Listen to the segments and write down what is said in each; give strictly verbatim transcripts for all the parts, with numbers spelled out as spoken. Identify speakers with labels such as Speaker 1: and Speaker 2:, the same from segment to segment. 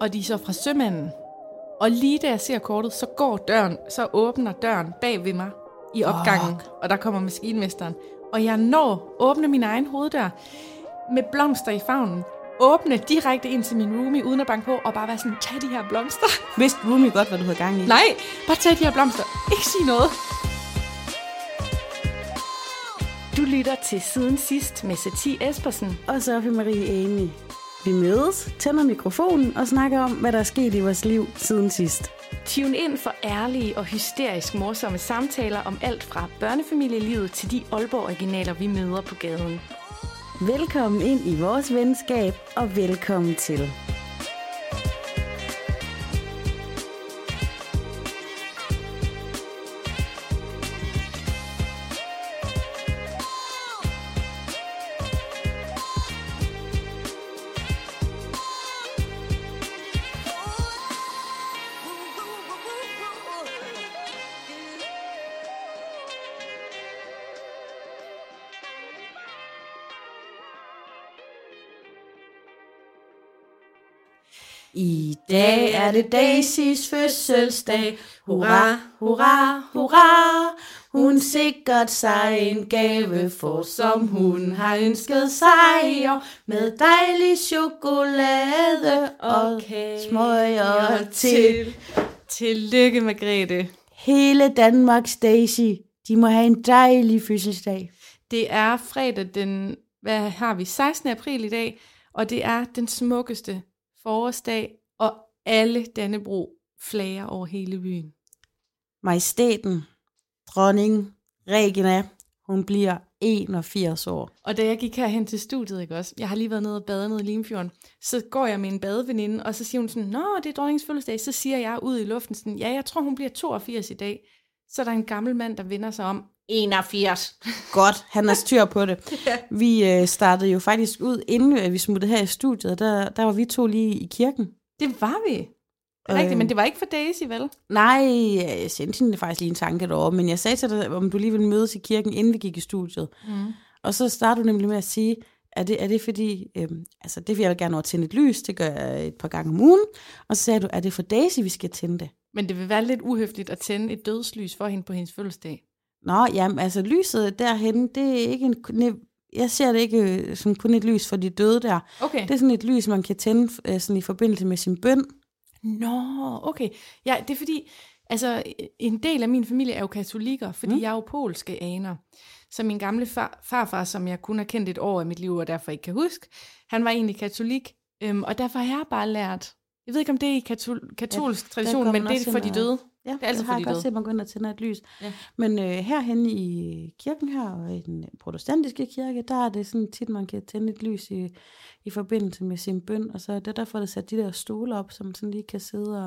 Speaker 1: og de er så fra Sømanden. Og lige da jeg ser kortet, så går døren, så åbner døren bag ved mig i opgangen, Fuck. og der kommer maskinmesteren. Og jeg når åbne min egen hoveddør med blomster i favnen, åbne direkte ind til min roomie, uden at banke på, og bare være sådan, tag de her blomster.
Speaker 2: Vidste roomie godt, hvad du havde gang i?
Speaker 1: Nej, bare tag de her blomster. Ikke sige noget. Du lytter til Siden Sidst med Satie Espersen
Speaker 2: og Sofie Marie Amy. Vi mødes, tænder mikrofonen og snakker om, hvad der er sket i vores liv siden sidst.
Speaker 1: Tune ind for ærlige og hysterisk morsomme samtaler om alt fra børnefamilielivet til de Aalborg-originaler, vi møder på gaden.
Speaker 2: Velkommen ind i vores venskab, og velkommen til. I dag er det Daisys fødselsdag. Hurra, hurra, hurra. Hun sikkert sig en gave for, som hun har ønsket sig. Med dejlig chokolade og okay. smøger til.
Speaker 1: Tillykke, Margrethe.
Speaker 2: Hele Danmarks Daisy. De må have en dejlig fødselsdag.
Speaker 1: Det er fredag den, hvad har vi, sekstende april i dag, og det er den smukkeste forårsdag, og alle Dannebrog flager over hele byen.
Speaker 2: Majestæten, dronning Regina, hun bliver enogfirs år.
Speaker 1: Og da jeg gik herhen til studiet, ikke også, jeg har lige været nede og bade nede i Limfjorden, så går jeg med en badeveninde, og så siger hun sådan, nå, det er dronningens fødselsdag. Så siger jeg ud i luften sådan, ja, jeg tror, hun bliver toogfirs i dag. Så er der en gammel mand, der vender sig om, enogfirs.
Speaker 2: Godt, han har styr på det. Ja. Vi øh, startede jo faktisk ud, inden øh, vi smuttede her i studiet, der, der var vi to lige i kirken.
Speaker 1: Det var vi. Det er øh, rigtigt, men det var ikke for Daisy, vel?
Speaker 2: Nej, jeg sendte hende faktisk lige en tanke derovre, men jeg sagde til dig, om du lige ville mødes i kirken, inden vi gik i studiet. Mm. Og så startede du nemlig med at sige, er det, er det fordi, øh, altså det vil jeg gerne over tænde et lys, det gør jeg et par gange om ugen. Og så sagde du, er det for Daisy, vi skal tænde det?
Speaker 1: Men det vil være lidt uhøfligt at tænde et dødslys for hende på hendes fødselsdag.
Speaker 2: Nå, jamen, altså lyset derhen, det er ikke en... Jeg ser det ikke som kun et lys for de døde der.
Speaker 1: Okay.
Speaker 2: Det er sådan et lys, man kan tænde sådan i forbindelse med sin bøn.
Speaker 1: Nå, okay. Ja, det er fordi, altså en del af min familie er jo katolikker, fordi mm. jeg er jo polske aner. Så min gamle far, farfar, som jeg kun har kendt et år af mit liv, og derfor ikke kan huske, han var egentlig katolik, øhm, og derfor har jeg bare lært... Jeg ved ikke, om det er i katol- katolsk ja, tradition, men det er for de døde.
Speaker 2: Ja,
Speaker 1: det er altid
Speaker 2: det har
Speaker 1: for de
Speaker 2: jeg
Speaker 1: døde.
Speaker 2: godt set, at man går ind og tænder et lys. Ja. Men øh, herhenne i kirken her, og i den protestantiske kirke, der er det sådan tit, man kan tænde et lys i, i forbindelse med sin bøn. Og så er det derfor, der sat de der stole op, som man sådan lige kan sidde og,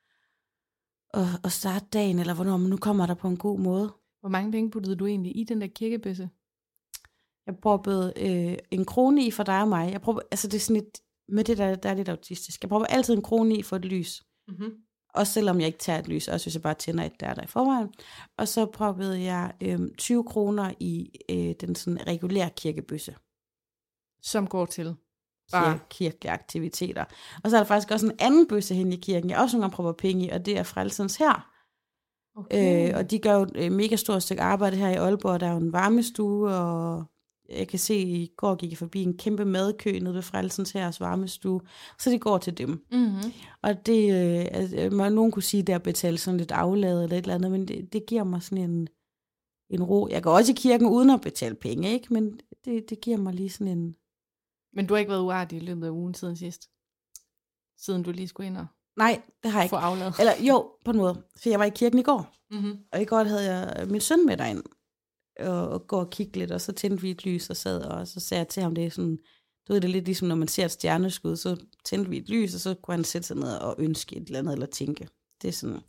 Speaker 2: og, og starte dagen, eller hvornår man nu kommer der på en god måde.
Speaker 1: Hvor mange penge puttede du egentlig i den der kirkebøsse?
Speaker 2: Jeg prøvede øh, en krone i for dig og mig. Jeg prøver, altså det er sådan et, med det der, der er lidt autistisk. Jeg prøver altid en krone i for et lys. Mm-hmm. Også selvom jeg ikke tager et lys, også hvis jeg bare tænder et der, der i forvejen. Og så prøvede jeg øh, tyve kroner i øh, den sådan regulære kirkebøsse.
Speaker 1: Som går til?
Speaker 2: Bare kirkeaktiviteter. Og så er der faktisk også en anden bøsse hen i kirken, jeg også nogle gange prøver penge i, og det er Frelsens Hær. Okay. Øh, og de gør jo et mega stort stykke arbejde her i Aalborg. Der er jo en varmestue, og jeg kan se, at i går gik jeg forbi en kæmpe madkø nede ved Frelsens Hærs varmestue, så det går til dem. Mm-hmm. Og det, øh, altså, nogen kunne sige, at det er at betale sådan lidt afladet eller et eller andet, men det, det giver mig sådan en, en ro. Jeg går også i kirken uden at betale penge, ikke? Men det, det giver mig lige sådan en...
Speaker 1: Men du har ikke været uartig i løbet af ugen siden sidst? Siden du lige skulle ind og...
Speaker 2: Nej, det har jeg ikke.
Speaker 1: Få afladet?
Speaker 2: Eller jo, på en måde. For jeg var i kirken i går,
Speaker 1: mm-hmm.
Speaker 2: og i går havde jeg min søn med derinde. Og gå og kigge lidt, og så tændte vi et lys og sad, og så sagde jeg til ham, det er sådan, du ved det lidt ligesom, når man ser et stjerneskud, så tændte vi et lys, og så kunne han sætte sig ned og ønske et eller andet, eller tænke. Det er sådan.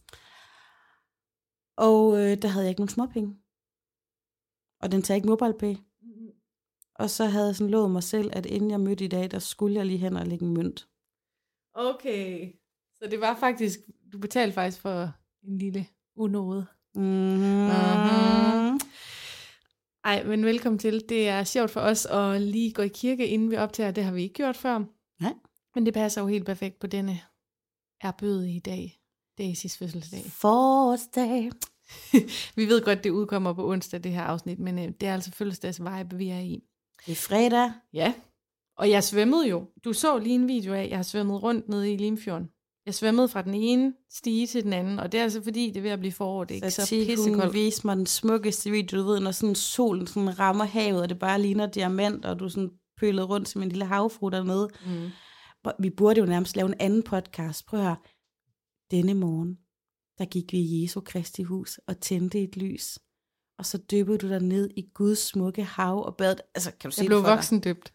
Speaker 2: Og øh, der havde jeg ikke nogen småpenge. Og den tager ikke MobilePay. Mm-hmm. Og så havde jeg sådan lovet mig selv, at inden jeg mødte i dag, der skulle jeg lige hen og lægge en mønt.
Speaker 1: Okay. Så det var faktisk, du betalte faktisk for en lille unåde.
Speaker 2: Mm-hmm. Uh-huh.
Speaker 1: Ej, men velkommen til. Det er sjovt for os at lige gå i kirke, inden vi optager. Det har vi ikke gjort før.
Speaker 2: Nej.
Speaker 1: Men det passer jo helt perfekt på denne er bøde i dag. Daisys fødselsdag.
Speaker 2: Forårsdag.
Speaker 1: Vi ved godt, det udkommer på onsdag, det her afsnit, men øh, det er altså fødselsdags vibe, vi er i.
Speaker 2: Det er fredag.
Speaker 1: Ja, og jeg svømmede jo. Du så lige en video af, jeg har svømmet rundt nede i Limfjorden. Jeg svømmede fra den ene stige til den anden, og det er altså fordi, det er ved at blive forår. Det er ikke så, så pissekoldt.
Speaker 2: Hun viste mig den smukkeste video, du ved, når sådan solen sådan rammer havet, og det bare ligner diamant, og du sådan pølet rundt som en lille havfru dernede. Mm. Vi burde jo nærmest lave en anden podcast. Prøv at høre. Denne morgen, der gik vi i Jesu Kristi hus og tændte et lys. Og så dyppede du dig ned i Guds smukke hav og bad. Altså, kan du se
Speaker 1: jeg blev voksendøbt.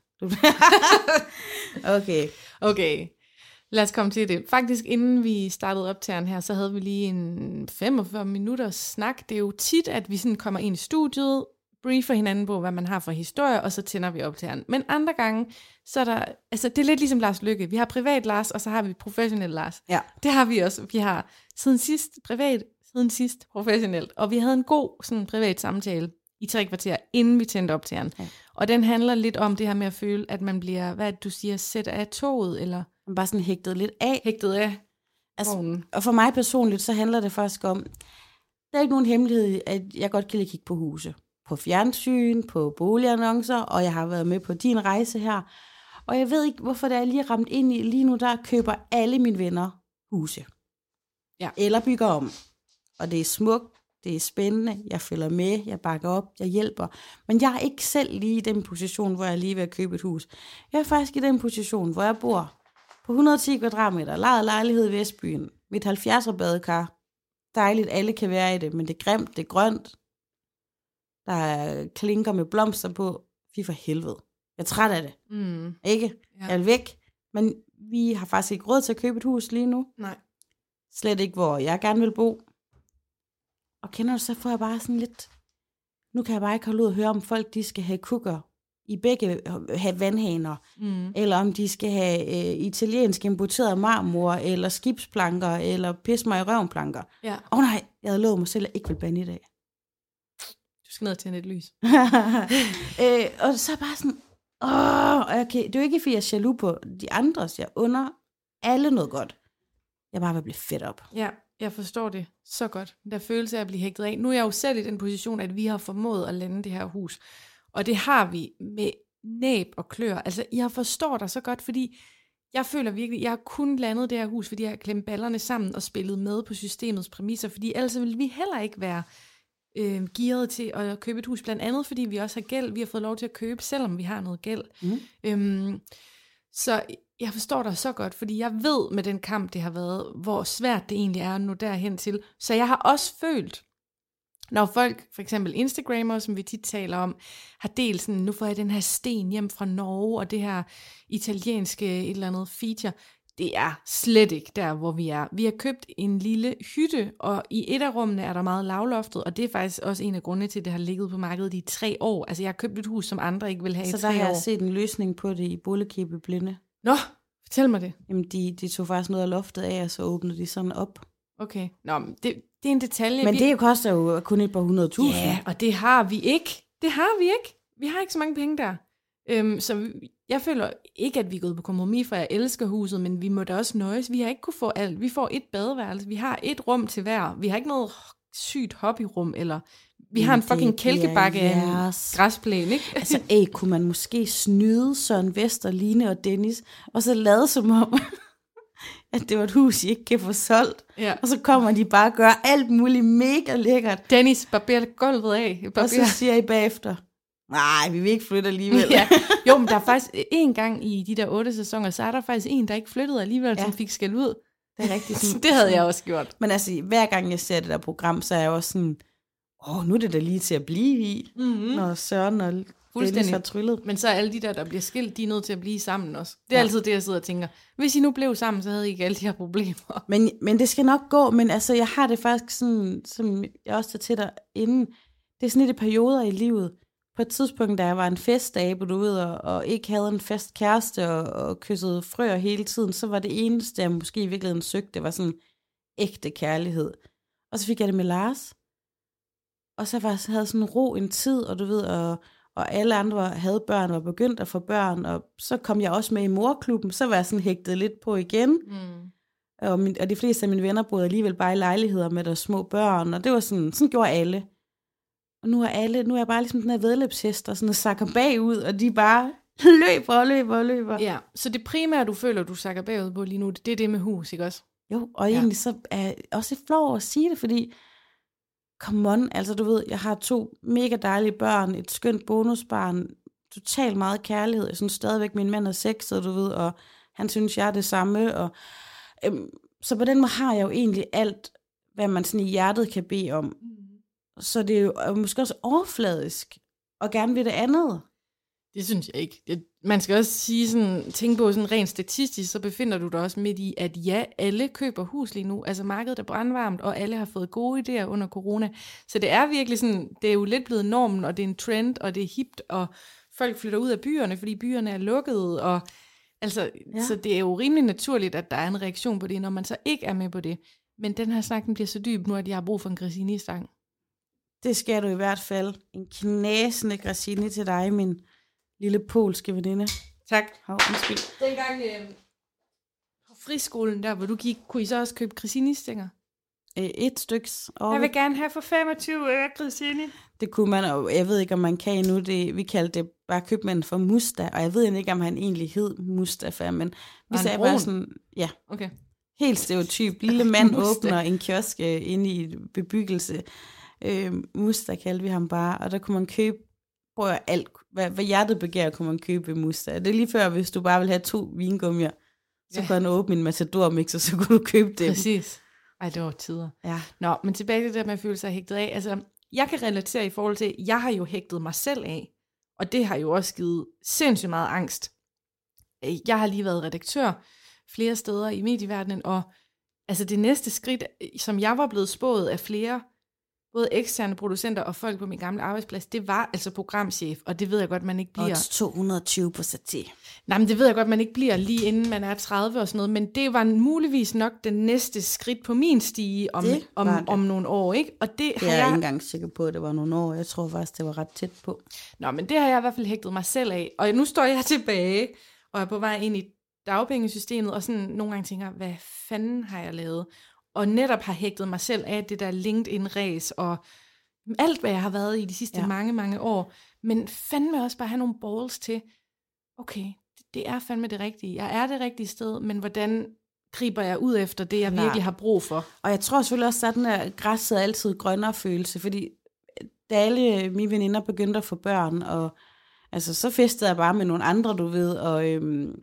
Speaker 2: Okay.
Speaker 1: Okay. Lad os komme til det. Faktisk, inden vi startede optageren her, så havde vi lige en femogfyrre minutters snak. Det er jo tit, at vi sådan kommer ind i studiet, briefer hinanden på, hvad man har for historie, og så tænder vi optageren. Men andre gange, så er der, altså det er lidt ligesom Lars Lykke. Vi har privat Lars, og så har vi professionel Lars.
Speaker 2: Ja.
Speaker 1: Det har vi også. Vi har siden sidst privat, siden sidst professionelt. Og vi havde en god sådan privat samtale i tre kvarter, inden vi tændte optageren. Ja. Og den handler lidt om det her med at føle, at man bliver, hvad du siger, sæt af toget, eller
Speaker 2: man bare sådan hægtet lidt af.
Speaker 1: Hægtet af.
Speaker 2: Altså, og for mig personligt, så handler det faktisk om, der er ikke nogen hemmelighed, at jeg godt kan lide at kigge på huse. På fjernsyn, på boligannoncer, og jeg har været med på din rejse her. Og jeg ved ikke, hvorfor det er lige ramt ind i. Lige nu, der køber alle mine venner huse.
Speaker 1: Ja.
Speaker 2: Eller bygger om. Og det er smukt, det er spændende, jeg følger med, jeg bakker op, jeg hjælper. Men jeg er ikke selv lige i den position, hvor jeg er lige ved at købe et hus. Jeg er faktisk i den position, hvor jeg bor på et hundrede og ti kvadratmeter, lejet lejlighed i Vestbyen, mit halvfjerdser badekar. Dejligt, alle kan være i det, men det er grimt, det er grønt. Der er klinker med blomster på. Fy for helvede. Jeg er træt af det.
Speaker 1: Mm.
Speaker 2: Ikke? Ja. Jeg vil væk. Men vi har faktisk ikke råd til at købe et hus lige nu.
Speaker 1: Nej.
Speaker 2: Slet ikke, hvor jeg gerne vil bo. Og kender du, så får jeg bare sådan lidt... Nu kan jeg bare ikke holde ud og høre, om folk de skal have kukker i begge, have vandhaner. Mm. Eller om de skal have øh, italiensk importeret marmor, eller skibsplanker, eller pis mig i røvenplanker. Åh
Speaker 1: ja.
Speaker 2: oh, nej, jeg havde lovet mig selv, at jeg ikke vil bande i dag.
Speaker 1: Du skal ned og tænde et lys.
Speaker 2: øh, og så bare sådan, åh, okay, det er jo ikke, fordi jeg er jaloux på de andres. Jeg under alle noget godt. Jeg bare vil blive fedt op.
Speaker 1: Ja, jeg forstår det så godt. Der følelse af at blive hægtet af. Nu er jeg jo selv i den position, at vi har formået at lande det her hus. Og det har vi med næb og klør. Altså, jeg forstår dig så godt, fordi jeg føler virkelig, jeg har kun landet det her hus, fordi jeg har klemt ballerne sammen og spillet med på systemets præmisser, fordi ellers ville vi heller ikke være øh, gearet til at købe et hus, blandt andet fordi vi også har gæld, vi har fået lov til at købe, selvom vi har noget gæld. Mm. Øhm, så jeg forstår dig så godt, fordi jeg ved med den kamp, det har været, hvor svært det egentlig er at nå derhen til. Så jeg har også følt, når folk, for eksempel Instagrammer, som vi tit taler om, har delt sådan, nu får jeg den her sten hjem fra Norge, og det her italienske et eller andet feature, det er slet ikke der, hvor vi er. Vi har købt en lille hytte, og i et af rummene er der meget lavloftet, og det er faktisk også en af grundene til, at det har ligget på markedet i tre år. Altså jeg har købt et hus, som andre ikke vil have
Speaker 2: så
Speaker 1: i tre år.
Speaker 2: Så der har jeg set en løsning på det i Boligkæbe Blinde.
Speaker 1: Nå, fortæl mig det.
Speaker 2: Jamen de, de tog faktisk noget af loftet af, og så åbnede de sådan op.
Speaker 1: Okay, nå, men det, det er en detalje.
Speaker 2: Men
Speaker 1: vi...
Speaker 2: det koster jo kun et par hundrede tusind.
Speaker 1: Ja, og det har vi ikke. Det har vi ikke. Vi har ikke så mange penge der. Øhm, så vi, jeg føler ikke, at vi er gået på kompromis, for jeg elsker huset, men vi må da også nøjes. Vi har ikke kunne få alt. Vi får et badeværelse, vi har et rum til hver. Vi har ikke noget sygt hobbyrum, eller vi har en fucking kælkebakke af en græsplæne, ikke?
Speaker 2: Altså, æh, kunne man måske snyde Søren Vester, Line og Dennis, og så lade som om, at det var et hus, I ikke kan få solgt. Ja. Og så kommer de bare og gør alt muligt mega lækkert.
Speaker 1: Dennis, barberer gulvet af. Barberer.
Speaker 2: Og så siger I bagefter, nej, vi vil ikke flytte alligevel.
Speaker 1: Ja. Jo, men der er faktisk en gang i de der otte sæsoner, så er der faktisk en, der ikke flyttede alligevel, ja. Som fik skæld ud.
Speaker 2: Det er rigtigt. Sådan,
Speaker 1: det havde jeg også gjort.
Speaker 2: Men altså, hver gang jeg ser det der program, så er jeg også sådan, åh, nu er det da lige til at blive i, mm-hmm. når Søren og Dennis har tryllet.
Speaker 1: Men så er alle de der, der bliver skilt, de er nødt til at blive sammen også. Det er ja. Altid det, jeg sidder og tænker. Hvis I nu blev sammen, så havde I ikke alle de her problemer.
Speaker 2: Men, men det skal nok gå, men altså, jeg har det faktisk sådan, som jeg også tager til dig inden, det er sådan lidt perioder i livet. På et tidspunkt, da jeg var en festdabe, du ved, og, og ikke havde en fast kæreste, og, og kyssede frøer hele tiden, så var det eneste, jeg måske i virkeligheden søgte, det var sådan ægte kærlighed. Og så fik jeg det med Lars. Og så var, havde sådan ro en tid, og du ved, og, og alle andre havde børn, og var begyndt at få børn, og så kom jeg også med i morklubben, så var jeg sådan hægtet lidt på igen. Mm. Og, min, og de fleste af mine venner boede alligevel bare i lejligheder med deres små børn, og det var sådan, sådan gjorde alle. Og nu er alle, nu er jeg bare ligesom den her vedløbshest, og sådan og sakker bagud, og de bare løber og løber og løber.
Speaker 1: Ja, så det primære, du føler, du sakker bagud på lige nu, det er det med hus, ikke også?
Speaker 2: Jo, og ja. Egentlig så er jeg også lidt flov over at sige det, fordi, come on, altså du ved, jeg har to mega dejlige børn, et skønt bonusbarn, totalt meget kærlighed, jeg synes stadigvæk, min mand er sexet, du ved, og han synes, jeg er det samme, og øhm, så på den måde har jeg jo egentlig alt, hvad man sådan i hjertet kan bede om. Mm. Så det er jo måske også overfladisk, og gerne vil det andet.
Speaker 1: Det synes jeg ikke. Det, man skal også sige sådan, tænke på sådan rent statistisk, så befinder du dig også midt i, at ja, alle køber hus lige nu. Altså markedet er brandvarmt, og alle har fået gode idéer under corona. Så det er virkelig sådan, det er jo lidt blevet normen, og det er en trend, og det er hipt, og folk flytter ud af byerne, fordi byerne er lukkede, og altså, ja. Så det er jo rimelig naturligt, at der er en reaktion på det, når man så ikke er med på det. Men den her snak, den bliver så dyb nu, at jeg har brug for en Grissini-stang. Det
Speaker 2: skal du i hvert fald. En knæsende Grissini til dig, min lille polske veninde.
Speaker 1: Tak.
Speaker 2: Hov, undskyld.
Speaker 1: Dengang øh, på friskolen der, hvor du gik, kunne I så også købe Grissini-stænger?
Speaker 2: Et styks.
Speaker 1: Og jeg vil gerne have for femogtyve øre Grissini.
Speaker 2: Det kunne man, og jeg ved ikke, om man kan endnu. Det, vi kaldte det bare købmanden for Musta, og jeg ved ikke, om han egentlig hed Mustafa, men vi sagde bare sådan, ja,
Speaker 1: okay.
Speaker 2: Helt stereotyp. Lille mand åbner en kiosk inde i bebyggelse. Øh, Musta kaldte vi ham bare, og der kunne man købe, prøv at alt, hvad, hvad hjertet begærer, kunne man købe ved Musta. Det er lige før, hvis du bare vil have to vingummier, så ja. Kunne han åbne en Matador-mixer, så kunne du købe det.
Speaker 1: Præcis. Ej, det var tider.
Speaker 2: Ja.
Speaker 1: Nå, men tilbage til det der med at føle sig hægtet af. Altså, jeg kan relatere i forhold til, jeg har jo hægtet mig selv af, og det har jo også givet sindssygt meget angst. Jeg har lige været redaktør flere steder i medieverdenen, og altså det næste skridt, som jeg var blevet spået af flere, både eksterne producenter og folk på min gamle arbejdsplads, det var altså programchef, og det ved jeg godt, man ikke bliver.
Speaker 2: Og to hundrede og tyve på sati.
Speaker 1: Nej, men det ved jeg godt, man ikke bliver lige inden man er tredive og sådan noget, men det var muligvis nok den næste skridt på min stige om, om, om nogle år, ikke? Og det,
Speaker 2: det har jeg, jeg ikke engang sikker på, at det var nogle år. Jeg tror faktisk, det var ret tæt på.
Speaker 1: Nå, men det har jeg i hvert fald hægtet mig selv af, og nu står jeg tilbage, og er på vej ind i dagpengesystemet, og sådan nogle gange tænker, hvad fanden har jeg lavet? Og netop har hægtet mig selv af det der LinkedIn-ræs, og alt, hvad jeg har været i de sidste ja. mange, mange år. Men fandme også bare have nogle balls til, okay, det er fandme det rigtige. Jeg er det rigtige sted, men hvordan griber jeg ud efter det, jeg Nej. virkelig har brug for?
Speaker 2: Og jeg tror selvfølgelig også, at den her græsset er altid grønnere følelse, fordi da alle mine veninder begyndte at få børn, og altså, så festede jeg bare med nogle andre, du ved, og... Øhm,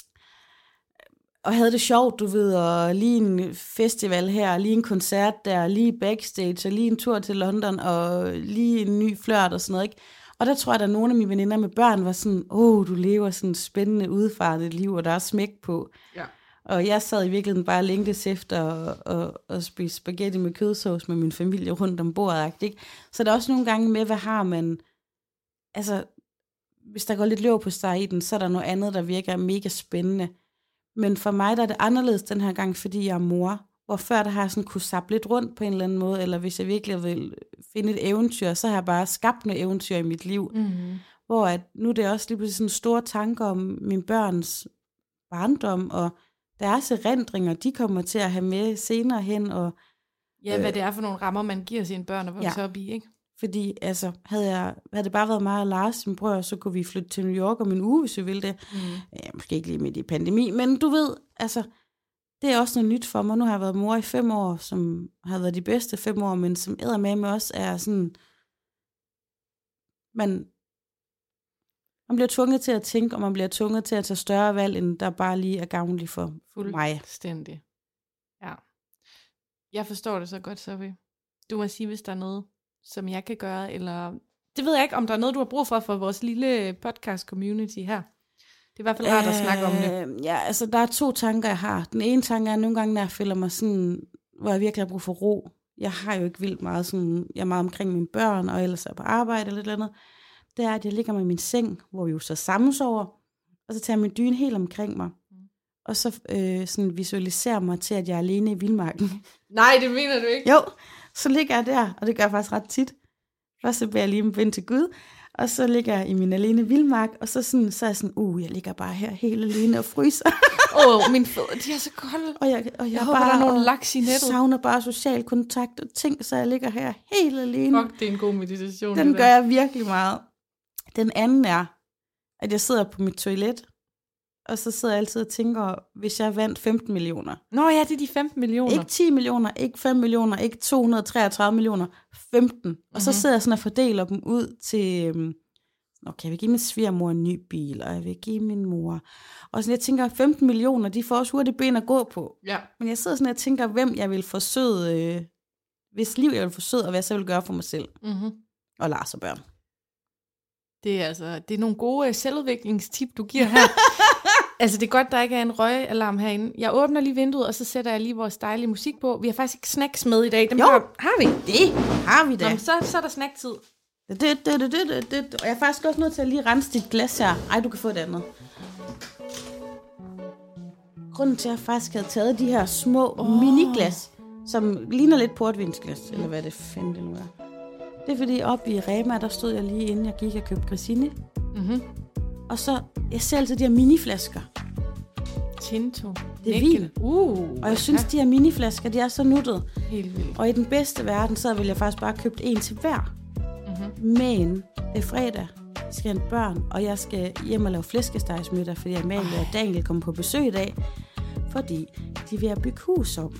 Speaker 2: og havde det sjovt, du ved, og lige en festival her, lige en koncert der, lige backstage, og lige en tur til London, og lige en ny flørt og sådan noget, ikke? Og der tror jeg, at nogle af mine veninder med børn var sådan, åh, oh, du lever sådan et spændende, udfarligt liv, og der er smæk på.
Speaker 1: Ja.
Speaker 2: Og jeg sad i virkeligheden bare længtes efter at og, og spise spaghetti med kødsovs med min familie rundt om bordet, ikke? Så der er også nogle gange med, hvad har man, altså, hvis der går lidt løv på sig i den, så er der noget andet, der virker mega spændende. Men for mig der er det anderledes den her gang, fordi jeg er mor. Hvor før der har jeg sådan kunne sappe lidt rundt på en eller anden måde, eller hvis jeg virkelig vil finde et eventyr, så har jeg bare skabt noget eventyr i mit liv.
Speaker 1: Mm-hmm.
Speaker 2: Hvor at nu er det også lige pludselig sådan store tanker om min børns barndom, og deres erindringer, de kommer til at have med senere hen. Og,
Speaker 1: ja, øh, hvad det er for nogle rammer, man giver sine børn og vokse ja. op i, ikke?
Speaker 2: Fordi altså, havde, jeg, havde det bare været mig og Lars, min bror, så kunne vi flytte til New York om en uge, hvis vi ville det. Mm. Ja, måske ikke lige midt i pandemi, men du ved, altså, det er også noget nyt for mig. Nu har jeg været mor i fem år, som har været de bedste fem år, men som eddermame også er sådan, man, man bliver tvunget til at tænke, og man bliver tvunget til at tage større valg, end der bare lige er gavnligt for mig.
Speaker 1: Fuldstændig. Ja. Jeg forstår det så godt, Sophie. Du må sige, hvis der er noget, som jeg kan gøre, eller det ved jeg ikke, om der er noget, du har brug for for vores lille podcast-community her. Det er i hvert fald rart at snakke om det.
Speaker 2: Ja, altså der er to tanker, jeg har. Den ene tanke er, at nogle gange, når jeg føler mig sådan, hvor jeg virkelig har brug for ro. Jeg har jo ikke vildt meget sådan, jeg er meget omkring mine børn, og ellers er på arbejde eller et eller andet. Det er, at jeg ligger med min seng, hvor vi jo så sammensover, og så tager jeg min dyne helt omkring mig. Mm. Og så øh, sådan visualiserer mig til, at jeg er alene i vildmarken.
Speaker 1: Nej, det mener du ikke.
Speaker 2: Jo, så ligger jeg der, og det gør jeg faktisk ret tit. Først så beder jeg lige en bøn til Gud, Og så ligger jeg i min alene vildmark, og så, sådan, så er jeg sådan, uh, jeg ligger bare her helt alene og fryser.
Speaker 1: Åh, oh, mine fødder, de er så kolde.
Speaker 2: Og jeg, og jeg,
Speaker 1: jeg håber,
Speaker 2: bare,
Speaker 1: der er nogle laks i nettet.
Speaker 2: savner bare social kontakt og ting, så jeg ligger her helt alene.
Speaker 1: Fuck, det er en god meditation.
Speaker 2: Den gør jeg virkelig meget. Den anden er, at jeg sidder på mit toilet, og så sidder jeg altid og tænker, hvis jeg vandt femten millioner.
Speaker 1: Nå ja, det er de femten millioner.
Speaker 2: Ikke ti millioner, ikke fem millioner, ikke to hundrede og treogtredive millioner, femten. Mm-hmm. Og så sidder jeg sådan og fordeler dem ud til, okay, jeg vil give min svigermor en ny bil, og jeg vil give min mor. Og sådan, jeg tænker, femten millioner, de får også hurtigt ben at gå på.
Speaker 1: Ja.
Speaker 2: Men jeg sidder sådan og tænker, hvem jeg vil forsøde, øh, hvis liv jeg vil forsøde, og hvad jeg så vil gøre for mig selv.
Speaker 1: Mm-hmm.
Speaker 2: Og Lars og børn.
Speaker 1: Det er altså, det er nogle gode selvudviklingstip, du giver her. Altså, det er godt, der ikke er en røgalarm herinde. Jeg åbner lige vinduet, og så sætter jeg lige vores dejlige musik på. Vi har faktisk ikke snacks med i dag. Dem
Speaker 2: jo,
Speaker 1: har, har vi.
Speaker 2: Det har vi da.
Speaker 1: Nå, så, så er der snacktid.
Speaker 2: Det, det, det, det, det, det. Og jeg er faktisk også nødt til at lige rense dit glas her. Ej, du kan få det andet. Grunden til, at jeg faktisk havde taget de her små oh. miniglas, som ligner lidt portvinsglas, eller hvad det fanden det nu er. Det er fordi, oppe i Rema, der stod jeg lige inden jeg gik og købte Grissini. Mhm. Og så, jeg ser altid de her miniflasker.
Speaker 1: Tinto.
Speaker 2: Det er vin.
Speaker 1: Uh,
Speaker 2: og jeg synes, ja. de her miniflasker, de er så nuttede.
Speaker 1: Helt vildt.
Speaker 2: Og i den bedste verden, så ville jeg faktisk bare købe en til hver. Mm-hmm. Men det er fredag, jeg skal have børn, og jeg skal hjem og lave flæskestegsmiddag, fordi Amalie og Daniel kommer på besøg i dag. Fordi de er ved at bygge hus om.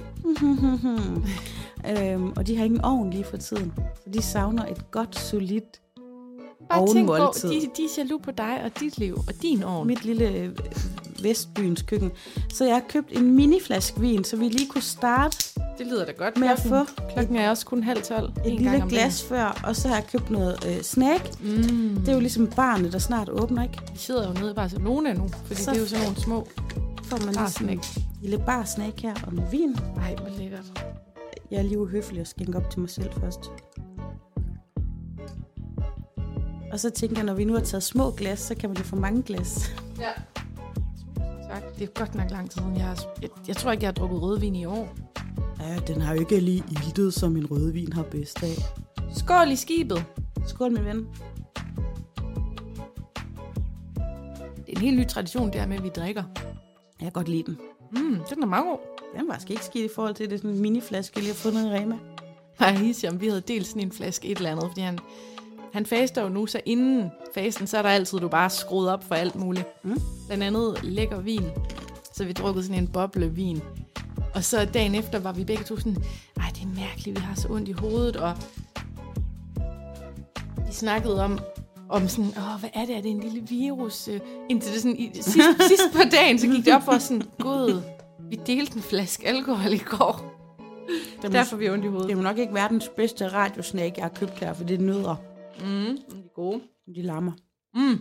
Speaker 2: øhm, og de har ingen ovn lige for tiden. Så de savner et godt, solidt
Speaker 1: Bare tænk på, de, de er jaloux på dig og dit liv og din ovn.
Speaker 2: Mit lille øh, Vestbyens køkken. Så jeg har købt en miniflaske vin, så vi lige kunne starte.
Speaker 1: Det lyder da godt.
Speaker 2: Med
Speaker 1: klokken,
Speaker 2: at få
Speaker 1: klokken er også kun halv tolv.
Speaker 2: Et lille gang glas før, og så har jeg købt noget øh, snack. Mm. Det er jo ligesom barnet, der snart åbner, ikke?
Speaker 1: Vi sidder jo nede i Barcelona nu, fordi så det er jo sådan nogle små
Speaker 2: får man lige sådan en lille bar snack her og noget vin.
Speaker 1: Ej, hvor lækkert.
Speaker 2: Jeg er lige uhøflig og skænker op til mig selv først. Og så tænker jeg, når vi nu har taget små glas, så kan man jo få mange glas.
Speaker 1: Ja. Tak. Det er godt nok lang tid siden. Jeg, har, jeg, jeg tror ikke, jeg har drukket rødvin i år.
Speaker 2: Ja, den har jo ikke lige iltet, som en rødvin har bedst af.
Speaker 1: Skål i skibet.
Speaker 2: Skål, min ven.
Speaker 1: Det er en helt ny tradition, det her med, at vi drikker.
Speaker 2: Jeg kan godt lide den.
Speaker 1: Mm, den er meget god.
Speaker 2: Den var faktisk ikke skidt i forhold til, det er sådan en miniflaske, jeg lige har fundet i Rema.
Speaker 1: Nej, Hisham, vi havde delt sådan en flaske et eller andet, fordi han... Han faster jo nu, så inden fasten, så er der altid, du bare skruet op for alt muligt. Mm. Blandt andet lækker vin. Så vi drukkede sådan en boblevin. Og så dagen efter var vi begge to sådan, ej, det er mærkeligt, vi har så ondt i hovedet. Og vi snakkede om, om sådan, åh, hvad er det? Er det en lille virus? Indtil det sådan, i, sidst, sidst på dagen, så gik det op for sådan, gud, vi delte en flaske alkohol i går. Det Derfor er vi ondt i hovedet.
Speaker 2: Det er jo nok ikke verdens bedste radiosnack, jeg har købt her, for det er nødder.
Speaker 1: Mm, de er gode.
Speaker 2: De lammer.
Speaker 1: Mm.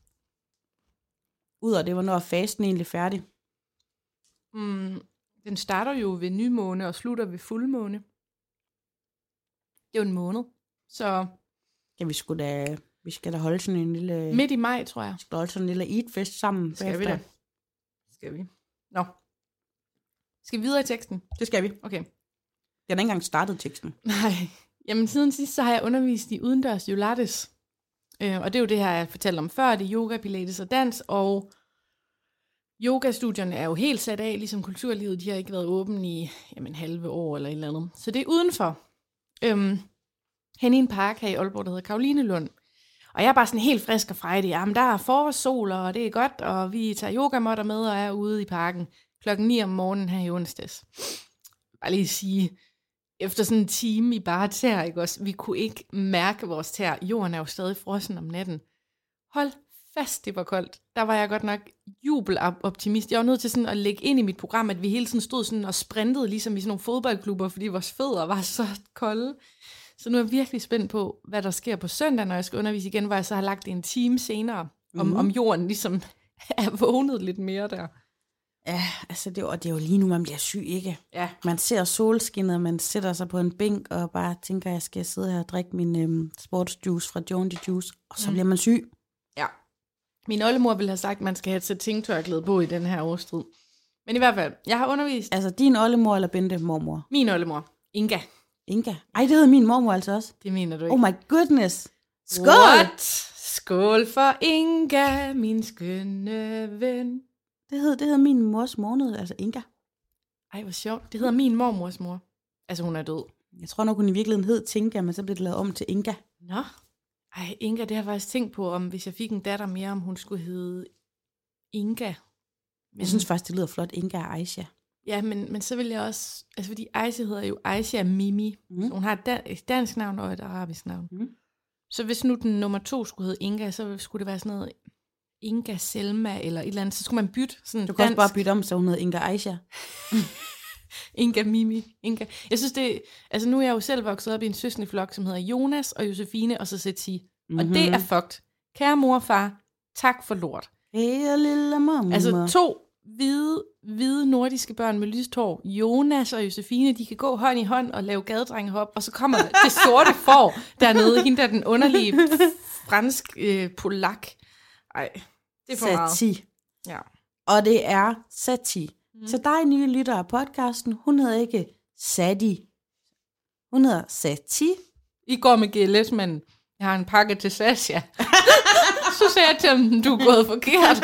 Speaker 2: Udover det, hvornår er fasten egentlig færdig?
Speaker 1: Mm, den starter jo ved nymåne og slutter ved fuldmåne. Det er jo en måned. Så
Speaker 2: ja, vi skulle da, vi skal da holde sådan en lille...
Speaker 1: Midt i maj, tror jeg.
Speaker 2: Vi skal holde sådan en lille eat-fest sammen.
Speaker 1: Skal bagefter. vi da? Skal vi. Nå. Skal vi videre i teksten?
Speaker 2: Det skal vi.
Speaker 1: Okay.
Speaker 2: Jeg har ikke engang startet teksten.
Speaker 1: Nej. Jamen siden sidst, så har jeg undervist i udendørs Pilates. Øh, og det er jo det her, jeg fortalte om før. Det er yoga, pilates og dans. Og yogastudierne er jo helt sat af, ligesom kulturlivet. De har ikke været åbne i jamen, halve år eller et eller andet. Så det er udenfor. Øhm, hen i en park her i Aalborg, der hedder Karolinelund. Og jeg er bare sådan helt frisk og frejdig. Jamen, der er forårssol, og det er godt. Og vi tager yogamotter med og er ude i parken klokken ni om morgenen her i onsdags. Bare lige sige... Efter sådan en time i bare tær, ikke også? Vi kunne ikke mærke vores tær. Jorden er jo stadig frossen om natten. Hold fast, det var koldt. Der var jeg godt nok jubeloptimist. Jeg var nødt til sådan at lægge ind i mit program, at vi hele tiden stod sådan og sprintede, ligesom i sådan nogle fodboldklubber, fordi vores fødder var så kolde. Så nu er jeg virkelig spændt på, hvad der sker på søndag, når jeg skal undervise igen, hvor jeg så har lagt en time senere, om, mm. om jorden ligesom er vågnet lidt mere der.
Speaker 2: Ja, altså det, og det er jo lige nu, man bliver syg, ikke?
Speaker 1: Ja.
Speaker 2: Man ser solskinnet, og man sætter sig på en bænk og bare tænker, jeg skal sidde her og drikke min øhm, sportsjuice fra Jones Juice, og så mm. bliver man syg.
Speaker 1: Ja. Min oldemor ville have sagt, at man skal have et satin-tørklæde på i den her årstid. Men i hvert fald, jeg har undervist...
Speaker 2: Altså din oldemor eller Bente mormor?
Speaker 1: Min oldemor. Inga.
Speaker 2: Inga? Ej, det hedder min mormor altså også.
Speaker 1: Det mener du ikke.
Speaker 2: Oh my goodness. Skål!
Speaker 1: What? Skål for Inga, min skønne ven.
Speaker 2: Det hed, det hed min mors måned, altså Inga.
Speaker 1: Ej, hvor sjovt. Det hedder min mormors mor. Altså, hun er død.
Speaker 2: Jeg tror nok, hun i virkeligheden hed Tinka, men så blev det lavet om til Inga.
Speaker 1: Nå. Ej, Inga, det har jeg faktisk tænkt på, om hvis jeg fik en datter mere, om hun skulle hedde Inga. Men...
Speaker 2: Jeg synes faktisk, det lyder flot, Inga og Aisha.
Speaker 1: Ja, men, men så vil jeg også... Altså, fordi Aisha hedder jo Aisha Mimi. Mm. Så hun har et, dan- et dansk navn og et arabisk navn. Mm. Så hvis nu den nummer to skulle hedde Inga, så skulle det være sådan noget Inga Selma eller et eller andet. Så skulle man bytte sådan
Speaker 2: Du kan dansk. Også bare bytte om, så hun hedder Inga Aisha.
Speaker 1: Inga Mimi. Inga. Jeg synes det... Altså, nu er jeg jo selv vokset op i en søskendeflok, som hedder Jonas og Josefine og så Seti. Mm-hmm. Og det er fucked. Kære mor og far, tak for lort.
Speaker 2: Hey, lille mamma.
Speaker 1: Altså, to hvide, hvide nordiske børn med lyst hår, Jonas og Josefine, de kan gå hånd i hånd og lave gadedrengehop, og så kommer det sorte får dernede, hende der den underlige fransk øh, polak. Ej, det er for meget.
Speaker 2: Sati.
Speaker 1: Ja.
Speaker 2: Og det er Sati. Mm. Så dig nye lytter af podcasten, hun hedder ikke Sati. Hun hedder Sati.
Speaker 1: I går med G L S, men jeg har en pakke til Sasha. Så sagde jeg til ham, du er gået forkert.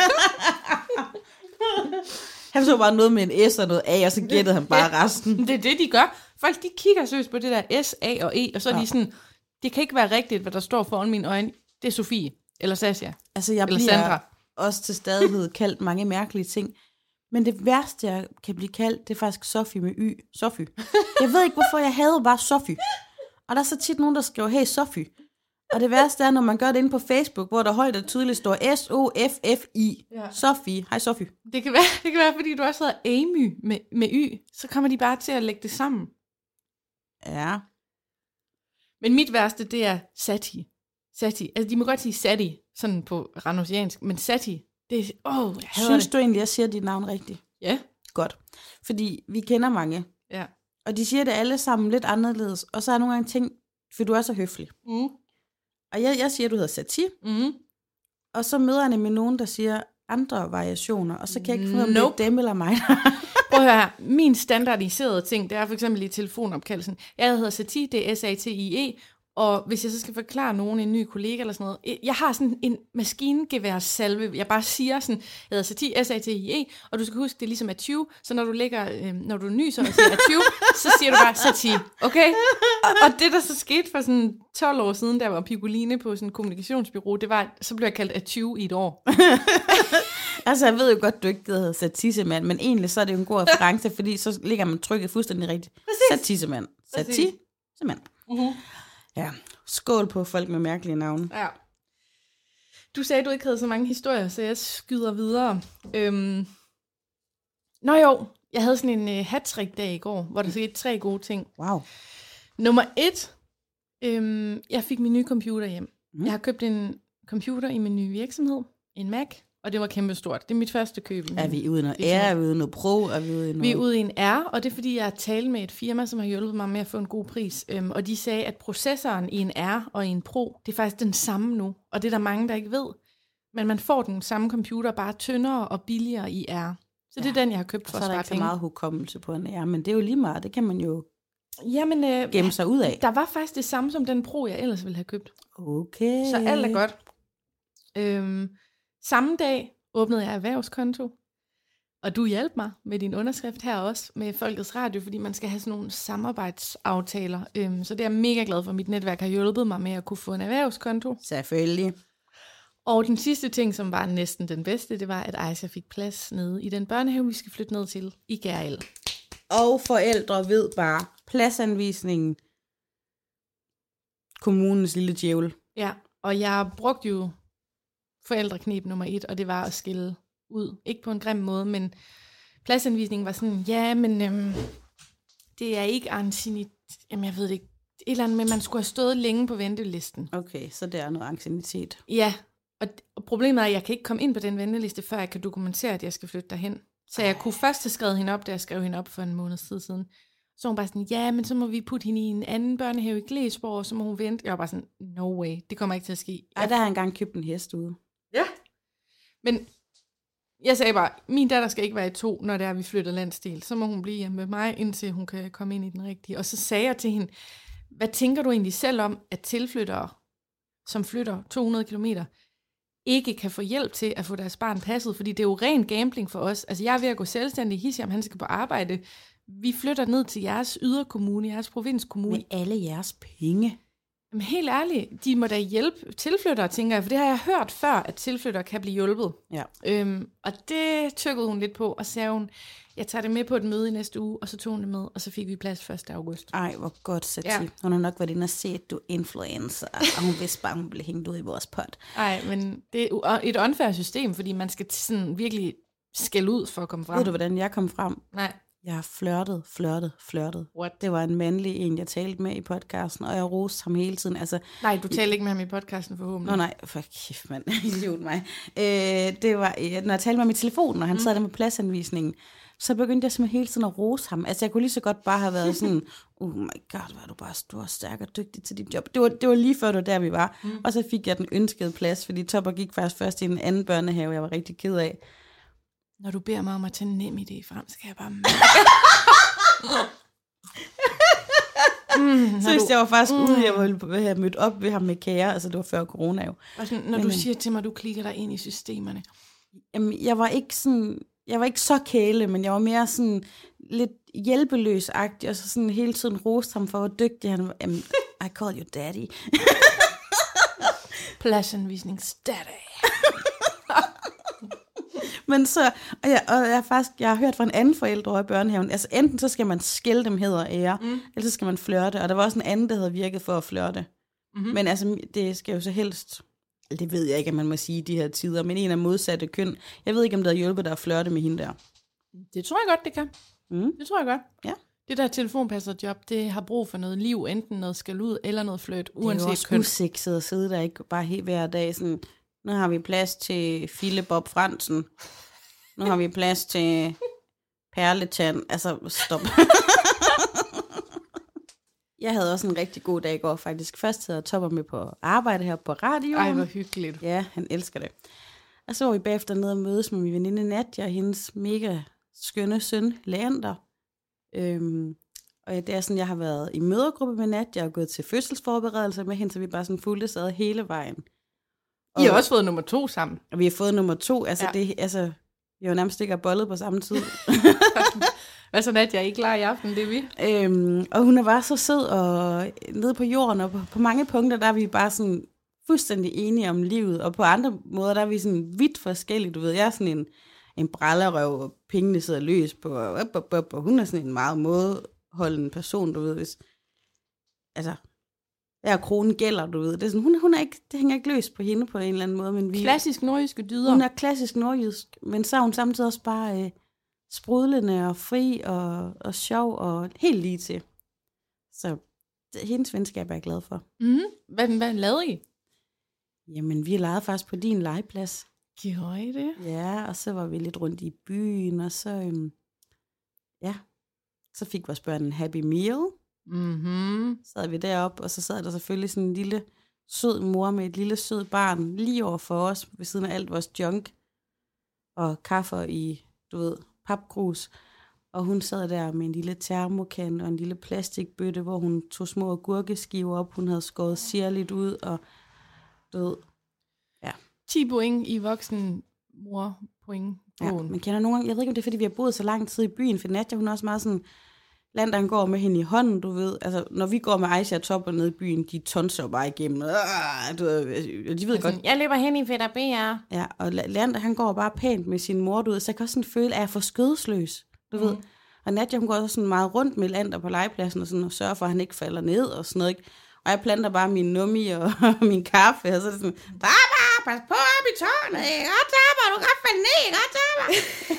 Speaker 2: Han så bare noget med en S og noget A, og så gættede han bare resten.
Speaker 1: Det er det, de gør. Folk, de kigger seriøst på det der S, A og E, og så er ja. de sådan, det kan ikke være rigtigt, hvad der står foran mine øjne. Det er Sofie, eller Sasha,
Speaker 2: altså, jeg
Speaker 1: eller
Speaker 2: bliver
Speaker 1: Sandra.
Speaker 2: Også til stadighed kaldt mange mærkelige ting. Men det værste, jeg kan blive kaldt, det er faktisk Sofie med Y. Sofie. Jeg ved ikke, hvorfor jeg hader bare Sofie. Og der er så tit nogen, der skriver, hey Sofie. Og det værste er, når man gør det inde på Facebook, hvor der højt og tydeligt står S O F F I. Ja. Sofie. Hej Sofie.
Speaker 1: Det kan, være, det kan være, fordi du også hedder Amy med, med Y. Så kommer de bare til at lægge det sammen.
Speaker 2: Ja.
Speaker 1: Men mit værste, det er Sati. Sati. Altså, de må godt sige Sati, sådan på randosiansk. Men Sati, det er... Åh, oh, jeg hader
Speaker 2: Synes
Speaker 1: det.
Speaker 2: du egentlig, jeg siger dit navn rigtigt?
Speaker 1: Ja.
Speaker 2: Godt. Fordi vi kender mange.
Speaker 1: Ja.
Speaker 2: Og de siger det alle sammen lidt anderledes. Og så er nogle gange ting, for du er så høflig.
Speaker 1: Mm.
Speaker 2: Og jeg, jeg siger, du hedder Sati.
Speaker 1: Mm.
Speaker 2: Og så møder jeg nemlig nogen, der siger andre variationer. Og så kan jeg ikke finde ud af,
Speaker 1: nope.
Speaker 2: om det er dem eller mig.
Speaker 1: Prøv at høre her. Min standardiserede ting, det er for eksempel i telefonopkaldelsen. Jeg hedder Sati, det er S A T I E. Og hvis jeg så skal forklare nogen, en ny kollega eller sådan noget, jeg har sådan en maskingeværssalve, jeg bare siger sådan, jeg hedder Sati, S A T I E, og du skal huske, det er ligesom at tyve, så når du ligger, øh, når du nyser og siger at tyve, så siger du bare Sati, okay? Og, og det, der så skete for sådan tolv år siden, der var Piccoline på sådan en kommunikationsbureau, det var, så blev jeg kaldt at tyve i et år.
Speaker 2: Altså, jeg ved jo godt, du ikke hedder Satissemand, men egentlig så er det jo en god reference, fordi så ligger man trykket fuldstændig rigtigt. Satissemand. Satissemand. Uh-huh. Ja, skål på folk med mærkelige navne.
Speaker 1: Ja. Du sagde, du ikke havde så mange historier, så jeg skyder videre. Øhm... Nå jo, jeg havde sådan en uh, hat-trick-dag i går, hvor der skete tre gode ting.
Speaker 2: Wow.
Speaker 1: Nummer et, øhm, jeg fik min nye computer hjem. Mm. Jeg har købt en computer i min nye virksomhed, en Mac, og det var kæmpestort. Det er mit første køb.
Speaker 2: Er vi ude i noget R, er vi ude i noget Pro? Er vi ude i noget...
Speaker 1: Vi er ude i en R, og det er fordi, jeg har talt med et firma, som har hjulpet mig med at få en god pris. Øhm, og de sagde, at processoren i en R og i en Pro, det er faktisk den samme nu. Og det er der mange, der ikke ved. Men man får den samme computer, bare tyndere og billigere i R. Så ja. Det er den, jeg har købt for at spare penge. Så er der ikke så meget
Speaker 2: hukommelse på en R, men det er jo lige meget. Det kan man jo
Speaker 1: Jamen, øh,
Speaker 2: gemme sig ud af.
Speaker 1: Der var faktisk det samme som den Pro, jeg ellers ville have købt.
Speaker 2: Okay.
Speaker 1: Så alt er godt. Øhm, samme dag åbnede jeg erhvervskonto, og du hjalp mig med din underskrift her også, med Folkets Radio, fordi man skal have sådan nogle samarbejdsaftaler. Øhm, så det er jeg mega glad for, at mit netværk har hjulpet mig med at kunne få en erhvervskonto.
Speaker 2: Selvfølgelig.
Speaker 1: Og den sidste ting, som var næsten den bedste, det var, at Aisha fik plads nede i den børnehave, vi skal flytte ned til i Gærel.
Speaker 2: Og forældre ved bare, pladsanvisningen, kommunens lille djævel.
Speaker 1: Ja, og jeg brugte jo forældrekneb nummer et, og det var at skille ud. Ikke på en grim måde, men pladsanvisningen var sådan, ja, men øhm, det er ikke anciennitet, jamen jeg ved det ikke, et eller andet med, man skulle have stået længe på ventelisten.
Speaker 2: Okay, så det er noget anciennitet.
Speaker 1: Ja, og, og problemet er, at jeg kan ikke komme ind på den venteliste, før jeg kan dokumentere, at jeg skal flytte derhen. Så jeg kunne først have skrevet hende op, da jeg skrev hende op for en måned tid siden. Så hun bare sådan, ja, men så må vi putte hende i en anden børnehave i Glesborg, og så må hun vente. Jeg var bare sådan, no way, det kommer ikke til at ske.
Speaker 2: Ej, der har jeg engang købt en hest ude.
Speaker 1: Ja. Men jeg sagde bare, min datter skal ikke være i to, når det er, vi flytter landsdel. Så må hun blive hjemme med mig, indtil hun kan komme ind i den rigtige. Og så sagde jeg til hende, hvad tænker du egentlig selv om, at tilflyttere, som flytter to hundrede kilometer, ikke kan få hjælp til at få deres barn passet, fordi det er jo ren gambling for os. Altså jeg er ved at gå selvstændig, Hisham, han skal på arbejde. Vi flytter ned til jeres yderkommune, jeres provinskommune.
Speaker 2: Med alle jeres penge.
Speaker 1: Men helt ærligt, de må da hjælpe tilflyttere, tænker jeg, for det har jeg hørt før, at tilflyttere kan blive hjulpet.
Speaker 2: Ja.
Speaker 1: Øhm, og det tykkede hun lidt på, og sagde hun, jeg tager det med på et møde i næste uge, og så tog hun det med, og så fik vi plads første august.
Speaker 2: Ej, hvor godt sat
Speaker 1: Ja.
Speaker 2: til. Hun har nok været inde og se, at du er influencer, og hun vidste bare, hun blev hængt ud i vores pot.
Speaker 1: Nej, men det er et unfair system, fordi man skal sådan virkelig skælde ud for at komme frem.
Speaker 2: Ved du, hvordan jeg kom frem?
Speaker 1: Nej.
Speaker 2: Jeg har flørtet, flørtet, flørtet.
Speaker 1: What?
Speaker 2: Det var en mandlig en, jeg talte med i podcasten, og jeg roste ham hele tiden. Altså,
Speaker 1: Nej, du talte ikke med ham i podcasten forhåbentlig.
Speaker 2: Nå nej, for kæft mand, idiot mig. Øh, det var, når jeg talte med ham i telefonen, og han mm. sad der med pladsanvisningen, så begyndte jeg simpelthen hele tiden at rose ham. Altså jeg kunne lige så godt bare have været sådan, oh my god, hvor er du bare stor, stærk og dygtig til dit job. Det var, det var lige før, det var der, vi var. Mm. Og så fik jeg den ønskede plads, fordi Topper gik faktisk først i en anden børnehave, jeg var rigtig ked af.
Speaker 1: Når du beder mig om at tage nem idé frem, så kan jeg bare mærke.
Speaker 2: mm, så hvis du... jeg var faktisk mm. ude, jeg ville have mødt op ved ham med kære, altså det var før corona jo.
Speaker 1: Altså, når men, du siger til mig, at du klikker dig ind i systemerne.
Speaker 2: Jamen, jeg var ikke sådan, jeg var ikke så kæle, men jeg var mere sådan lidt hjælpeløs-agtig, og så sådan hele tiden roste ham for, hvor dygtig han var. Jamen, I call you daddy.
Speaker 1: Pladsanvisningsdaddy.
Speaker 2: Men så, og jeg, og jeg, faktisk, jeg har hørt fra en anden forældre i børnehaven, altså enten så skal man skælde dem heder og ære, mm. eller så skal man flørte, og der var også en anden, der havde virket for at flørte. Mm-hmm. Men altså, det skal jo så helst, det ved jeg ikke, om man må sige i de her tider, men en af modsatte køn, jeg ved ikke, om der har hjulpet dig at flørte med hende der.
Speaker 1: Det tror jeg godt, det kan. Mm. Det tror jeg godt.
Speaker 2: Ja.
Speaker 1: Det der telefonpasserjob, det har brug for noget liv, enten noget skal ud, eller noget fløjt, uanset køn.
Speaker 2: Det er jo også køn. Usikset at sidde der ikke bare helt hver dag sådan, nu har vi plads til Fille Bob Fransen. Nu har vi plads til Perletand. Altså, stop. Jeg havde også en rigtig god dag i går, faktisk. Først havde jeg Topper med på arbejde her på radioen.
Speaker 1: Ej, hvor hyggeligt.
Speaker 2: Ja, han elsker det. Og så var vi bagefter nede og mødes med min veninde Nadia og hendes mega skønne søn, Leander. Øhm, og det er sådan, jeg har været i mødergruppe med Nadia og gået til fødselsforberedelser med hende, så vi bare sådan fulgte sad hele vejen.
Speaker 1: Og, I har også fået nummer to sammen.
Speaker 2: Og vi har fået nummer to. Altså, ja. det, altså vi har jo nærmest ikke bollet på samme tid.
Speaker 1: Hvad så, Nadia? I er klar i aften, det er vi?
Speaker 2: Øhm, og hun er bare så sød og nede på jorden, og på, på mange punkter, der er vi bare sådan fuldstændig enige om livet, og på andre måder, der er vi sådan vidt forskellige. Du ved, jeg er sådan en, en brællerøv, og pengene sidder løs på, og, op, op, op, og hun er sådan en meget mådeholdende person, du ved, hvis, altså, hver krone gælder, du ved. Det er sådan, hun, hun er ikke, det hænger ikke løs på hende på en eller anden måde. Men vi,
Speaker 1: klassisk nordjyske dyder.
Speaker 2: Hun er klassisk nordjysk, men så er hun samtidig også bare øh, sprudlende og fri og, og sjov og helt lige til. Så det, hendes venskab er jeg glad for.
Speaker 1: Mm. Hvad, hvad lavede I?
Speaker 2: Jamen, vi legede faktisk på din legeplads.
Speaker 1: Gjorde I det?
Speaker 2: Ja, og så var vi lidt rundt i byen, og så, øhm, ja, så fik vores børn en Happy Meal.
Speaker 1: Mm-hmm.
Speaker 2: Så sad vi deroppe, og så sad der selvfølgelig sådan en lille sød mor med et lille sød barn lige over for os, ved siden af alt vores junk og kaffe i, du ved, papgrus. Og hun sad der med en lille termokan og en lille plastikbøtte, hvor hun tog små agurkeskiver op. Hun havde skåret sirligt ud, og du ved, ja.
Speaker 1: ti point i voksen mor point.
Speaker 2: Ja, men kender nogle gange, jeg ved ikke, om det er, fordi vi har boet så lang tid i byen, for Nadia, hun er også meget sådan, Lander, han går med hende i hånden, du ved. Altså, når vi går med Aisha og Topper ned i byen, de tonser jo bare igennem. Øh, du ved, de ved godt.
Speaker 1: Jeg løber hen i Fætter B R.
Speaker 2: Ja, og Lander, han går bare pænt med sin mor, du ved. Så jeg kan også sådan føle, at jeg er for skødesløs, du mm. ved. Og Nadia, hun går også sådan meget rundt med Lander på legepladsen, og sådan og sørger for, at han ikke falder ned og sådan noget, ikke? Og jeg planter bare min nummi og min kaffe, og så er det sådan, Topper, pas på op i tårnet, ikke? Og Topper, du kan falde ned, ikke? Og Topper.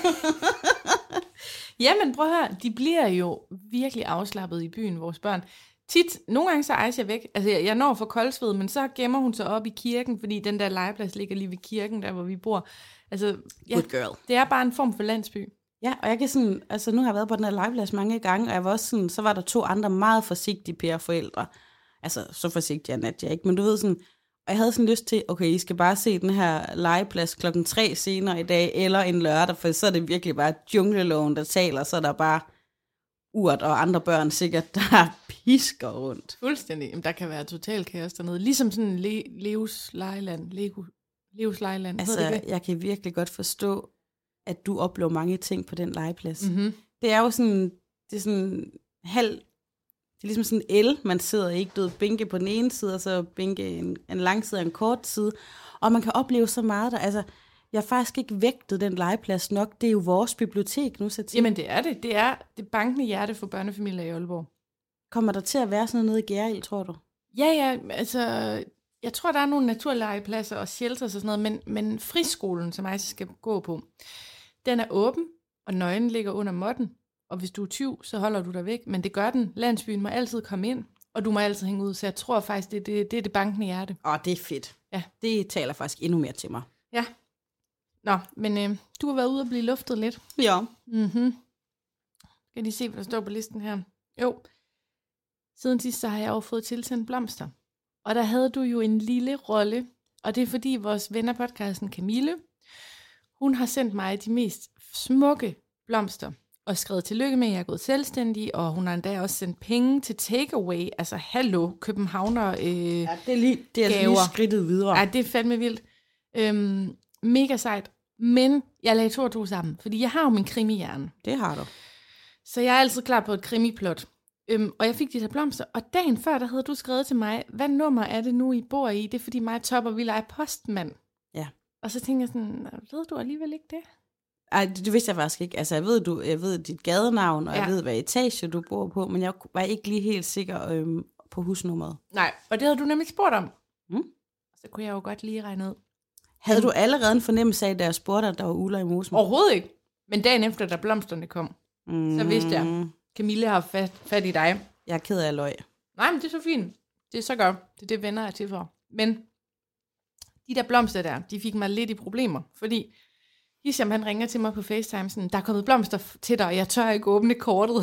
Speaker 1: Jamen prøv at høre, de bliver jo virkelig afslappet i byen, vores børn. Tit, nogle gange så er Aisha væk. Altså jeg, jeg når for Koldsved, men så gemmer hun sig op i kirken, fordi den der legeplads ligger lige ved kirken, der hvor vi bor. Altså, ja,
Speaker 2: good girl.
Speaker 1: Det er bare en form for landsby.
Speaker 2: Ja, og jeg kan sådan, altså nu har jeg været på den her legeplads mange gange, og jeg var også sådan, så var der to andre meget forsigtige pæreforældre. Altså så forsigtige er Nadia ikke, men du ved sådan, og jeg havde sådan lyst til, okay, I skal bare se den her legeplads klokken tre senere i dag, eller en lørdag, for så er det virkelig bare jungleloven, der taler, så er der bare Urt og andre børn sikkert, der pisker rundt.
Speaker 1: Fuldstændig. Jamen, der kan være total kaos dernede. Ligesom sådan en Le- Leos legeland, Lego, Livs legeland.
Speaker 2: Altså,
Speaker 1: det det?
Speaker 2: jeg kan virkelig godt forstå, at du oplever mange ting på den legeplads.
Speaker 1: Mm-hmm.
Speaker 2: Det er jo sådan, det er sådan halv, det er ligesom sådan en L, man sidder i, ikke? Du ved, bænke på den ene side, og så bænke en, en lang side og en kort side. Og man kan opleve så meget der. Altså, jeg har faktisk ikke vægtet den legeplads nok. Det er jo vores bibliotek nu, så til.
Speaker 1: Jamen, det er det. Det er det bankende hjerte for børnefamilier i Aalborg.
Speaker 2: Kommer der til at være sådan noget nede i Gjerrild, tror du?
Speaker 1: Ja, ja, altså, jeg tror, der er nogle naturlegepladser og shelters og sådan noget, men, men friskolen, som jeg skal gå på, den er åben, og nøglen ligger under måtten, og hvis du er tyv, så holder du dig væk, men det gør den. Landsbyen må altid komme ind, og du må altid hænge ud, så jeg tror faktisk, det, det, det er det bankende hjerte.
Speaker 2: Åh, det er fedt.
Speaker 1: Ja.
Speaker 2: Det taler faktisk endnu mere til mig.
Speaker 1: Ja. Nå, men øh, du har været ude og blive luftet lidt.
Speaker 2: Ja.
Speaker 1: Mhm. Skal de se, hvad der står på listen her? Jo. Siden sidst, så har jeg jo fået tilsendt blomster. Og der havde du jo en lille rolle, og det er fordi vores ven af podcasten, Camille, hun har sendt mig de mest smukke blomster, og skrevet tillykke med, at jeg er gået selvstændig, og hun har endda også sendt penge til takeaway, altså hallo, københavner øh,
Speaker 2: Ja, det er lige, det er altså lige skridtet videre.
Speaker 1: Ja, det er fandme vildt. Øhm, mega sejt. Men jeg lagde to og to sammen, fordi jeg har jo min krimihjerne.
Speaker 2: Det har du.
Speaker 1: Så jeg er altid klar på et krimiplot. Øhm, og jeg fik de her blomster, og dagen før, der havde du skrevet til mig, hvad nummer er det nu, I bor i? Det er fordi mig og Top og vi leger postmand.
Speaker 2: Ja.
Speaker 1: Og så tænkte jeg sådan, ved du alligevel ikke det?
Speaker 2: Ej, det, det vidste jeg faktisk ikke. Altså, jeg ved, du, jeg ved dit gadenavn, og ja. Jeg ved, hvad etage du bor på, men jeg var ikke lige helt sikker øhm, på husnummeret.
Speaker 1: Nej, og det havde du nemlig spurgt om.
Speaker 2: Mm.
Speaker 1: Så kunne jeg jo godt lige regne ud.
Speaker 2: Havde du allerede en fornemmelse af, da jeg spurgte, at der var uler i mosen?
Speaker 1: Overhovedet ikke. Men dagen efter, da blomsterne kom,
Speaker 2: mm.
Speaker 1: så vidste jeg, Camille har fat, fat i dig.
Speaker 2: Jeg er ked af løg.
Speaker 1: Nej, men det er så fint. Det er så godt. Det er det, venner er til for. Men de der blomster der, de fik mig lidt i problemer, fordi Hisham, han ringer til mig på FaceTime, sådan, der er kommet blomster til dig, og jeg tør ikke åbne kortet.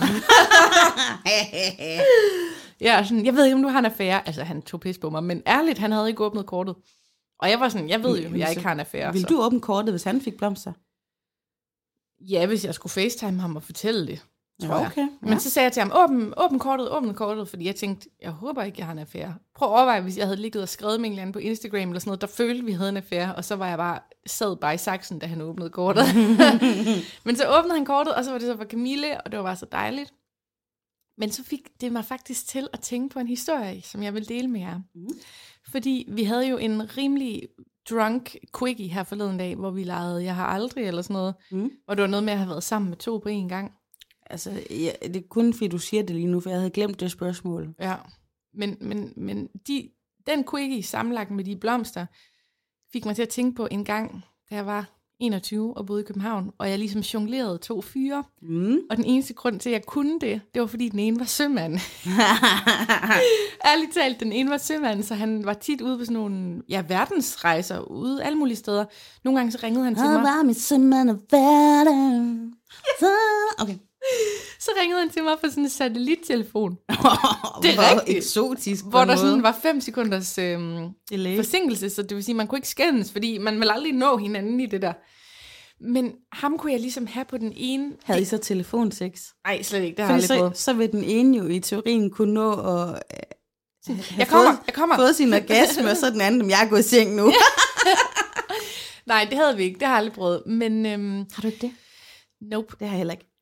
Speaker 1: Ja, sådan, jeg ved ikke, om du har en affære. Altså, han tog pis på mig, men ærligt, han havde ikke åbnet kortet. Og jeg var sådan, jeg ved jo, at jeg ikke har en affære.
Speaker 2: Vil du åbne kortet, hvis han fik blomster?
Speaker 1: Ja, hvis jeg skulle FaceTime ham og fortælle det, tror
Speaker 2: ja, okay.
Speaker 1: jeg. Men ja. Så sagde jeg til ham, åbn, åbn kortet, åbn kortet, fordi jeg tænkte, jeg håber ikke, jeg har en affære. Prøv at overveje, hvis jeg havde ligget og skrevet med en eller anden på Instagram eller sådan noget, der følte, vi havde en affære, og så var jeg bare, sad bare i saksen, da han åbnede kortet. Men så åbnede han kortet, og så var det så for Camille, og det var bare så dejligt. Men så fik det mig faktisk til at tænke på en historie, som jeg vil dele med jer. Mm. Fordi vi havde jo en rimelig drunk quickie her forleden dag, hvor vi legede Jeg har aldrig, eller sådan noget. Mm. Og det var noget med at have været sammen med to på en gang.
Speaker 2: Altså, ja, det er kun fordi du siger det lige nu, for jeg havde glemt det spørgsmål.
Speaker 1: Ja, men, men, men de, den quickie sammenlagt med de blomster, fik mig til at tænke på en gang, da jeg var enogtyve og boede i København, og jeg ligesom jonglerede to fyre. Mm. Og den eneste grund til, at jeg kunne det, det var fordi den ene var sømand. Ærligt talt, den ene var sømand, så han var tit ude på sådan nogle ja, verdensrejser, ude alle mulige steder. Nogle gange så ringede han til mig.
Speaker 2: Jeg var mit sømand af verden. Okay.
Speaker 1: Så ringede han til mig på sådan en satellittelefon.
Speaker 2: Det er rigtigt. Eksotisk.
Speaker 1: Hvor der sådan var fem sekunders øhm, forsinkelse, så det vil sige, man kunne ikke skændes, fordi man vil aldrig nå hinanden i det der. Men ham kunne jeg ligesom have på den ene...
Speaker 2: Havde I så telefonsex?
Speaker 1: Nej, slet ikke, det har jeg aldrig prøvet.
Speaker 2: Så, så vil den ene jo i teorien kunne nå at øh,
Speaker 1: jeg kommer,
Speaker 2: fået,
Speaker 1: jeg kommer.
Speaker 2: fået sin orgasme, og så den anden, jeg er gået i seng nu.
Speaker 1: Nej, det havde vi ikke, det har jeg aldrig prøvet. Men, øhm,
Speaker 2: har du ikke det?
Speaker 1: Nope.
Speaker 2: Det har jeg heller ikke.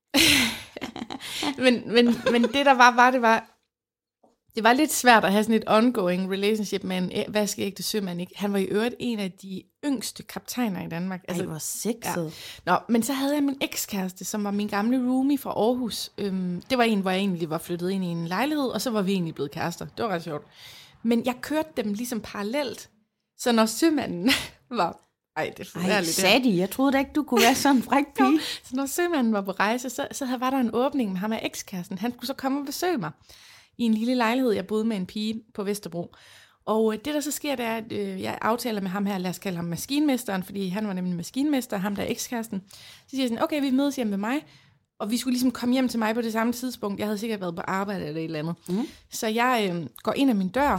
Speaker 1: men, men, men det der var, var, det var, det var lidt svært at have sådan et ongoing relationship med en vaskeægte sømand, ikke? Han var i øvrigt en af de yngste kaptajner i Danmark.
Speaker 2: Altså, Ej, hvor sexet.
Speaker 1: Ja. Nå, men så havde jeg min ekskæreste, som var min gamle roomie fra Aarhus. Øhm, det var en, hvor jeg egentlig var flyttet ind i en lejlighed, og så var vi egentlig blevet kærester. Det var ret sjovt. Men jeg kørte dem ligesom parallelt, så når sømanden var... Ej, det er forfærdeligt.
Speaker 2: Ej, sagde de? Jeg troede da ikke, du kunne være sådan en fræk pige.
Speaker 1: Så når sømanden var på rejse, så, så var der en åbning med ham af ekskæresten. Han skulle så komme og besøge mig i en lille lejlighed, jeg boede med en pige på Vesterbro. Og det, der så sker, det er, at øh, jeg aftaler med ham her, lad os kalde ham maskinmesteren, fordi han var nemlig maskinmester, ham der er ekskæresten. Så siger jeg sådan, okay, vi mødes hjemme med mig, og vi skulle ligesom komme hjem til mig på det samme tidspunkt. Jeg havde sikkert været på arbejde eller et eller andet. Mm. Så jeg øh, går ind ad min dør.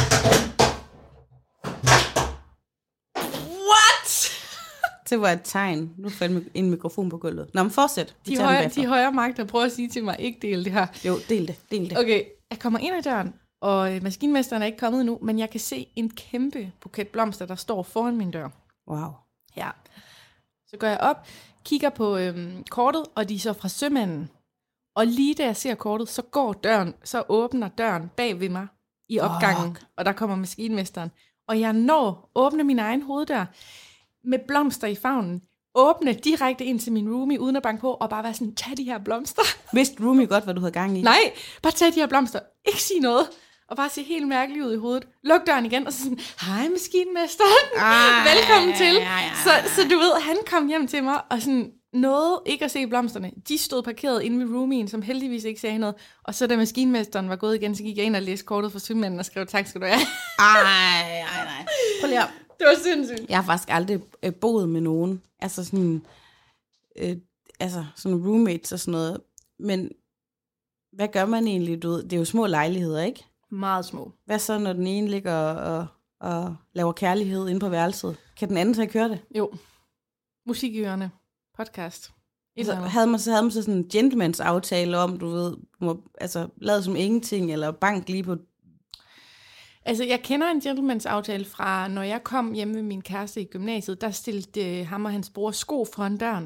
Speaker 2: Det var et tegn. Nu faldt en mikrofon på gulvet. Nå, men fortsæt.
Speaker 1: De højere, de højere magter prøver at sige til mig, ikke del det her.
Speaker 2: Jo, del det, del det.
Speaker 1: Okay, jeg kommer ind ad døren, og maskinmesteren er ikke kommet endnu, men jeg kan se en kæmpe buket blomster, der står foran min dør.
Speaker 2: Wow.
Speaker 1: Ja. Så går jeg op, kigger på øhm, kortet, og de er så fra sømanden. Og lige da jeg ser kortet, så går døren, så åbner døren bag ved mig i opgangen, Fuck. og der kommer maskinmesteren. Og jeg når åbne min egen hoveddør med blomster i favnen, åbne direkte ind til min roomie, uden at banke på, og bare være sådan, tag de her blomster.
Speaker 2: Vidste roomie godt, hvad du havde gang i?
Speaker 1: Nej, bare tag de her blomster. Ikke sige noget. Og bare se helt mærkeligt ud i hovedet. Luk døren igen, og så sådan, hej maskinmesteren, velkommen til. Så, så du ved, han kom hjem til mig, og sådan nåede ikke at se blomsterne. De stod parkeret inde ved roomien, som heldigvis ikke sagde noget. Og så da maskinmesteren var gået igen, så gik jeg ind og læste kortet fra sømanden og skrev, tak skal du have.
Speaker 2: Ej, ej, nej. Prøv lige op.
Speaker 1: Det var sindssygt.
Speaker 2: Jeg har faktisk aldrig øh, boet med nogen. Altså sådan, øh, altså sådan roommates og sådan noget. Men hvad gør man egentlig? Du ved, det er jo små lejligheder, ikke?
Speaker 1: Meget små.
Speaker 2: Hvad så, når den ene ligger og, og laver kærlighed inde på værelset? Kan den anden så køre det?
Speaker 1: Jo. Musik i ørerne. Podcast.
Speaker 2: Altså, havde man så havde man så sådan en gentlemans aftale om, du ved, må, altså lavet som ingenting, eller bank lige på...
Speaker 1: Altså, jeg kender en gentlemans aftale fra, når jeg kom hjem med min kæreste i gymnasiet, der stillede uh, ham og hans bror sko foran døren.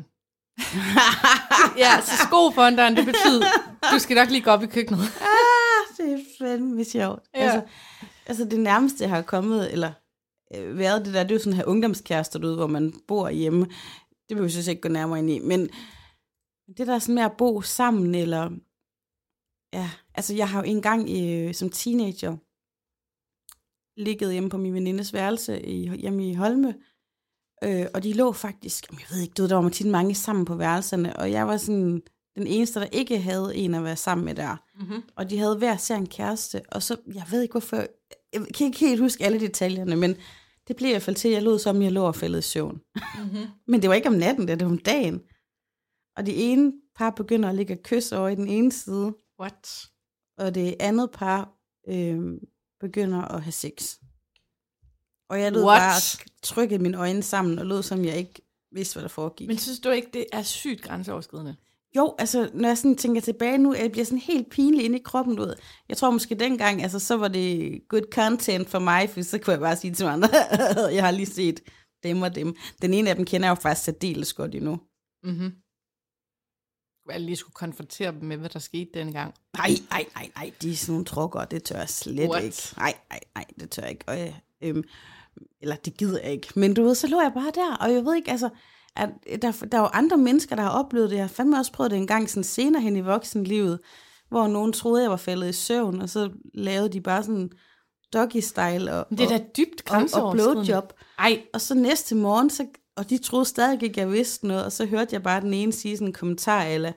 Speaker 1: Ja, så sko foran døren, det betyder, du skal nok lige gå op i køkkenet.
Speaker 2: Ah, det er fandme sjovt. Ja. Altså, altså, det nærmeste, jeg har kommet, eller øh, været det der, det er jo sådan her ungdomskærester, du ved, hvor man bor hjemme. Det vil vi synes ikke gå nærmere ind i, men det der er sådan med at bo sammen, eller, ja, altså jeg har jo engang øh, som teenager ligget hjemme på min venindes værelse i, hjemme i Holme, øh, og de lå faktisk, jeg ved ikke, du ved, der var tit mange sammen på værelserne, og jeg var sådan den eneste, der ikke havde en at være sammen med der, mm-hmm. og de havde hver ser en kæreste, og så, jeg ved ikke hvorfor, jeg kan ikke helt huske alle detaljerne, men det blev i hvert fald til, at jeg lod som, jeg lå og faldet i søvn. Mm-hmm. Men det var ikke om natten, det var om dagen. Og det ene par begynder at ligge og kysse over i den ene side.
Speaker 1: What?
Speaker 2: Og det andet par øh, begynder at have sex. Og jeg lød
Speaker 1: What?
Speaker 2: bare trykke mine øjne sammen, og lød som, jeg ikke vidste, hvad der foregik.
Speaker 1: Men synes du ikke, det er sygt grænseoverskridende?
Speaker 2: Jo, altså, når jeg sådan tænker tilbage nu, jeg bliver sådan helt pinlig inde i kroppen, du ved. Jeg tror måske dengang, altså, så var det good content for mig, for så kunne jeg bare sige til andre, jeg har lige set dem og dem. Den ene af dem kender jeg jo faktisk særdeles godt endnu.
Speaker 1: Mhm. Jeg lige skulle konfrontere dem med, hvad der skete dengang.
Speaker 2: Nej, nej, nej, nej, de er sådan nogle trukker, det tør jeg slet What? ikke. Nej, nej, nej, det tør jeg ikke. Og, øhm, eller det gider jeg ikke. Men du ved, så lå jeg bare der, og jeg ved ikke, altså, at der, der er jo andre mennesker, der har oplevet det. Jeg har fandme også prøvet det en gang sådan senere hen i voksenlivet, hvor nogen troede, jeg var faldet i søvn, og så lavede de bare sådan doggy-style og,
Speaker 1: det er da dybt grænseoverskridende.
Speaker 2: Og, og blowjob. Ej. Og så næste morgen, så, og de troede stadig ikke, jeg vidste noget, og så hørte jeg bare den ene sige sådan en kommentar, eller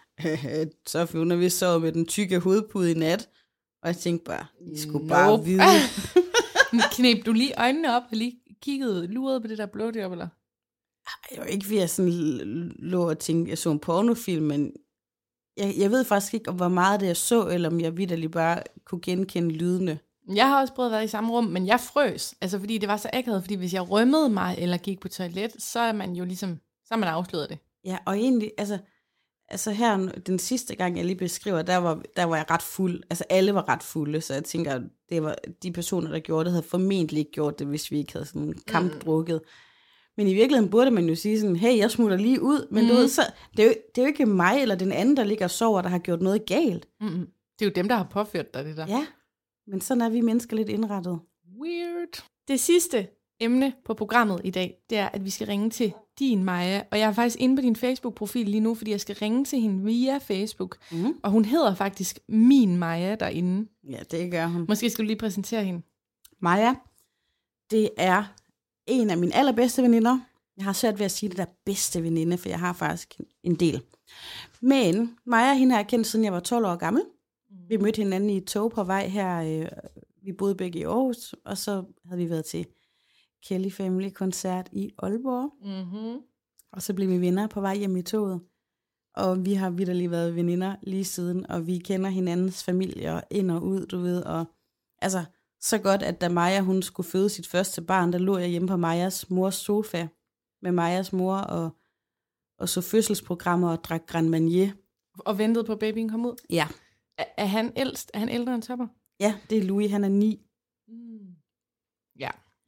Speaker 2: så for hun har vist sovet med den tykke hovedpude i nat. Og jeg tænkte bare, I skulle nope. bare vide.
Speaker 1: Knep du lige øjnene op og lige kiggede, lurede på det der blowjob, eller?
Speaker 2: Jeg var ikke ved at sådan lå og tænke, jeg så en pornofilm, men jeg, jeg ved faktisk ikke, hvor meget det jeg så, eller om jeg vitterligt bare kunne genkende lydene.
Speaker 1: Jeg har også prøvet at være i samme rum, men jeg frøs, altså fordi det var så akavet, fordi hvis jeg rømmede mig, eller gik på toilet, så er man jo ligesom, så er man afsløret det.
Speaker 2: Ja, og egentlig, altså, altså her, den sidste gang, jeg lige beskriver, der var, der var jeg ret fuld, altså alle var ret fulde, så jeg tænker, det var de personer, der gjorde det, havde formentlig ikke gjort det, hvis vi ikke havde sådan kampdrukket. Mm. Men i virkeligheden burde man jo sige sådan, hey, jeg smutter lige ud, men mm. du ved, så, det, er jo, det er jo ikke mig eller den anden, der ligger og sover, der har gjort noget galt.
Speaker 1: Mm. Det er jo dem, der har påført dig det der.
Speaker 2: Ja, men sådan er vi mennesker lidt indrettet.
Speaker 1: Weird. Det sidste emne på programmet i dag, det er, at vi skal ringe til din Maja, og jeg er faktisk inde på din Facebook-profil lige nu, fordi jeg skal ringe til hende via Facebook, mm. og hun hedder faktisk Min Maja derinde.
Speaker 2: Ja, det gør hun.
Speaker 1: Måske skal du lige præsentere hende.
Speaker 2: Maja, det er en af mine allerbedste veninder. Jeg har svært ved at sige det der bedste veninde, for jeg har faktisk en del. Men Maja, hende har jeg kendt, siden jeg var tolv år gammel. Vi mødte hinanden i et tog på vej her. Øh, vi boede begge i Aarhus, og så havde vi været til Kelly Family-koncert i Aalborg. Mm-hmm. Og så blev vi venner på vej hjem i toget. Og vi har vitterlig været veninder lige siden, og vi kender hinandens familier ind og ud, du ved. Og altså, så godt, at da Maja, hun skulle føde sit første barn, der lå jeg hjemme på Majas mors sofa med Majas mor, og, og så fødselsprogrammer og drak Grand Marnier.
Speaker 1: Og ventede på, at babyen kom ud?
Speaker 2: Ja.
Speaker 1: Er, er han ældst? Er han ældre end Topper?
Speaker 2: Ja, det er Louis, han er ni.
Speaker 1: Mm. Ja.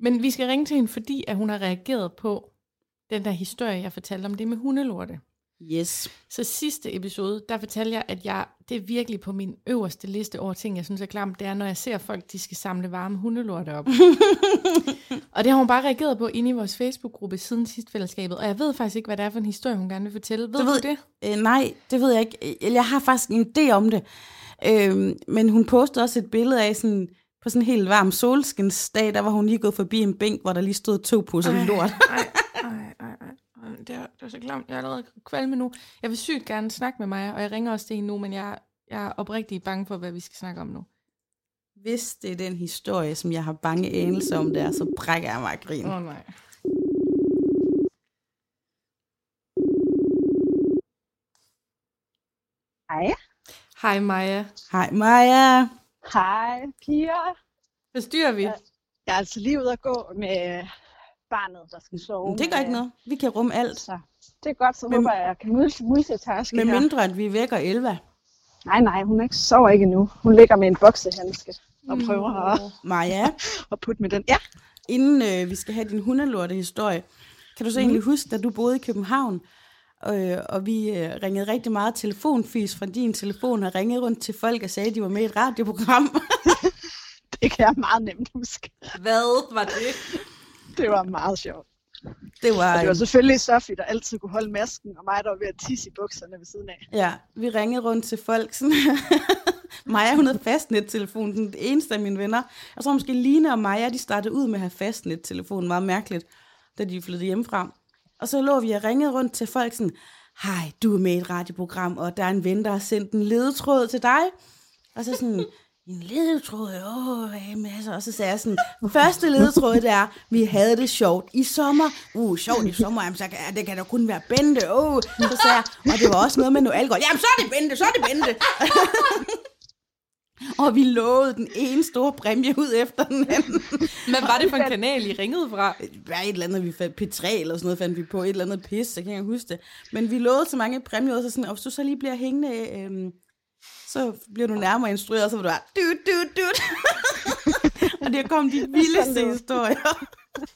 Speaker 1: Men vi skal ringe til hende, fordi at hun har reageret på den der historie, jeg fortalte om det med hundelorte.
Speaker 2: Yes.
Speaker 1: Så sidste episode, der fortalte jeg, at jeg, det er virkelig på min øverste liste over ting, jeg synes er klamt, det er, når jeg ser folk, de skal samle varme hundelorte op. Og det har hun bare reageret på inde i vores Facebook-gruppe siden sidst fællesskabet, og jeg ved faktisk ikke, hvad det er for en historie, hun gerne vil fortælle. Ved, ved du det?
Speaker 2: Øh, nej, det ved jeg ikke. Jeg har faktisk en idé om det. Øh, men hun postede også et billede af sådan, på sådan en helt varm solskinsdag, der var hun lige gået forbi en bænk, hvor der lige stod to poser lort.
Speaker 1: Ej, ej, ej, ej. Det er, det er så klamt. Jeg er allerede kvalme nu. Jeg vil sygt gerne snakke med mig, og jeg ringer også til hende nu, men jeg, jeg er oprigtigt bange for, hvad vi skal snakke om nu.
Speaker 2: Hvis det er den historie, som jeg har bange anelser om der, så brækker jeg mig af grin.
Speaker 1: Åh oh, nej.
Speaker 3: Hej.
Speaker 1: Hej Maja.
Speaker 2: Hej Maja.
Speaker 3: Hej piger.
Speaker 1: Hvad styrer vi?
Speaker 3: Jeg, jeg er altså lige ude at gå med barnet, der skal sove.
Speaker 2: Det gør ikke noget. Vi kan rumme alt.
Speaker 3: Så det er godt, så men, håber jeg, at jeg kan multitaske
Speaker 2: med
Speaker 3: her.
Speaker 2: Med mindre, at vi vækker Elva.
Speaker 3: Nej, nej, hun ikke, sover ikke endnu. Hun ligger med en boksehandske og prøver at,
Speaker 2: Maja.
Speaker 3: at putte med den. Ja.
Speaker 2: Inden øh, vi skal have din hundelorte historie, kan du så mm. egentlig huske, da du boede i København, øh, og vi øh, ringede rigtig meget telefonfis fra din telefon, og ringede rundt til folk og sagde, at de var med i et radioprogram?
Speaker 3: Det kan jeg meget nemt huske.
Speaker 1: Hvad var det?
Speaker 3: Det var meget sjovt.
Speaker 2: Det var,
Speaker 3: og det var selvfølgelig Sofie, der altid kunne holde masken, og mig, der var ved at tisse i bukserne ved siden af.
Speaker 2: Ja, vi ringede rundt til folk. Sådan Maja, hun havde fastnet-telefon, den eneste af mine venner. Jeg tror måske Line og Maja, de startede ud med at have fastnet-telefon. Meget mærkeligt, da de flyttede hjemmefra. Og så lå vi og ringede rundt til folk sådan, hej, du er med i et radioprogram, og der er en ven, der har sendt en ledetråd til dig. Og så sådan, en ledetråd, åh, jamen, altså. Og så sagde jeg sådan, første ledetråd der, vi havde det sjovt i sommer. Uh, sjovt i sommer, jamen, så kan, det kan da kun være Bente, åh. Så sagde jeg, og det var også noget med noget alkohol. Jamen, så er det Bente, så er det Bente. Og vi lovede den ene store præmie ud efter den anden.
Speaker 1: Men var det for en kanal, I ringede fra?
Speaker 2: Ja, et eller andet, vi fandt P tre eller sådan noget, fandt vi på. Et eller andet pis, jeg kan ikke huske det. Men vi lovede så mange præmier, så sådan, og hvis du så lige bliver hængende, øhm, så bliver du nærmere instrueret, og så vil du være, dut, dut, dut. Og det er kommet de vildeste historier.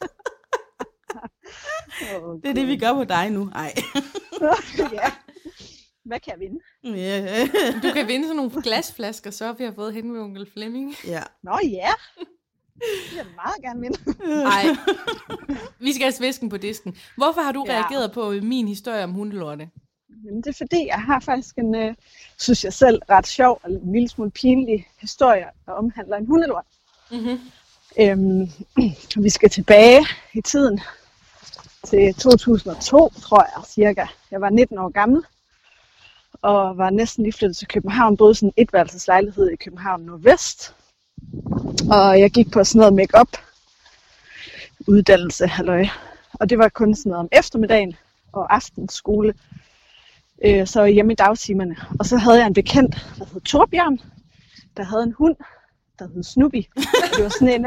Speaker 2: Det er det, vi gør på dig nu. Ej.
Speaker 3: Ja. Hvad kan jeg vinde?
Speaker 2: Yeah.
Speaker 1: Du kan vinde sådan nogle glasflasker, så vi har fået hen med onkel Flemming.
Speaker 2: Ja.
Speaker 3: Nå ja, det vil jeg meget gerne vinde.
Speaker 1: Nej, vi skal have svæsken på disken. Hvorfor har du ja. reageret på min historie om hundelorte?
Speaker 3: Jamen, det er fordi, jeg har faktisk en, øh, synes jeg selv, ret sjov og en lille smule pinlig historie, der omhandler en hundelort. Mm-hmm. Øhm, vi skal tilbage i tiden til to tusind og to, tror jeg cirka. Jeg var nitten år gammel. Og var næsten lige flyttet til København, boede sådan en etværelseslejlighed i København Nordvest. Og jeg gik på sådan noget make-up uddannelse, halløj. Og det var kun sådan noget om eftermiddagen og aftensskole. Øh, så hjemme i dagtimerne. Og så havde jeg en bekendt, der hed Torbjørn, der havde en hund, der hed Snoopy. Og det var sådan en,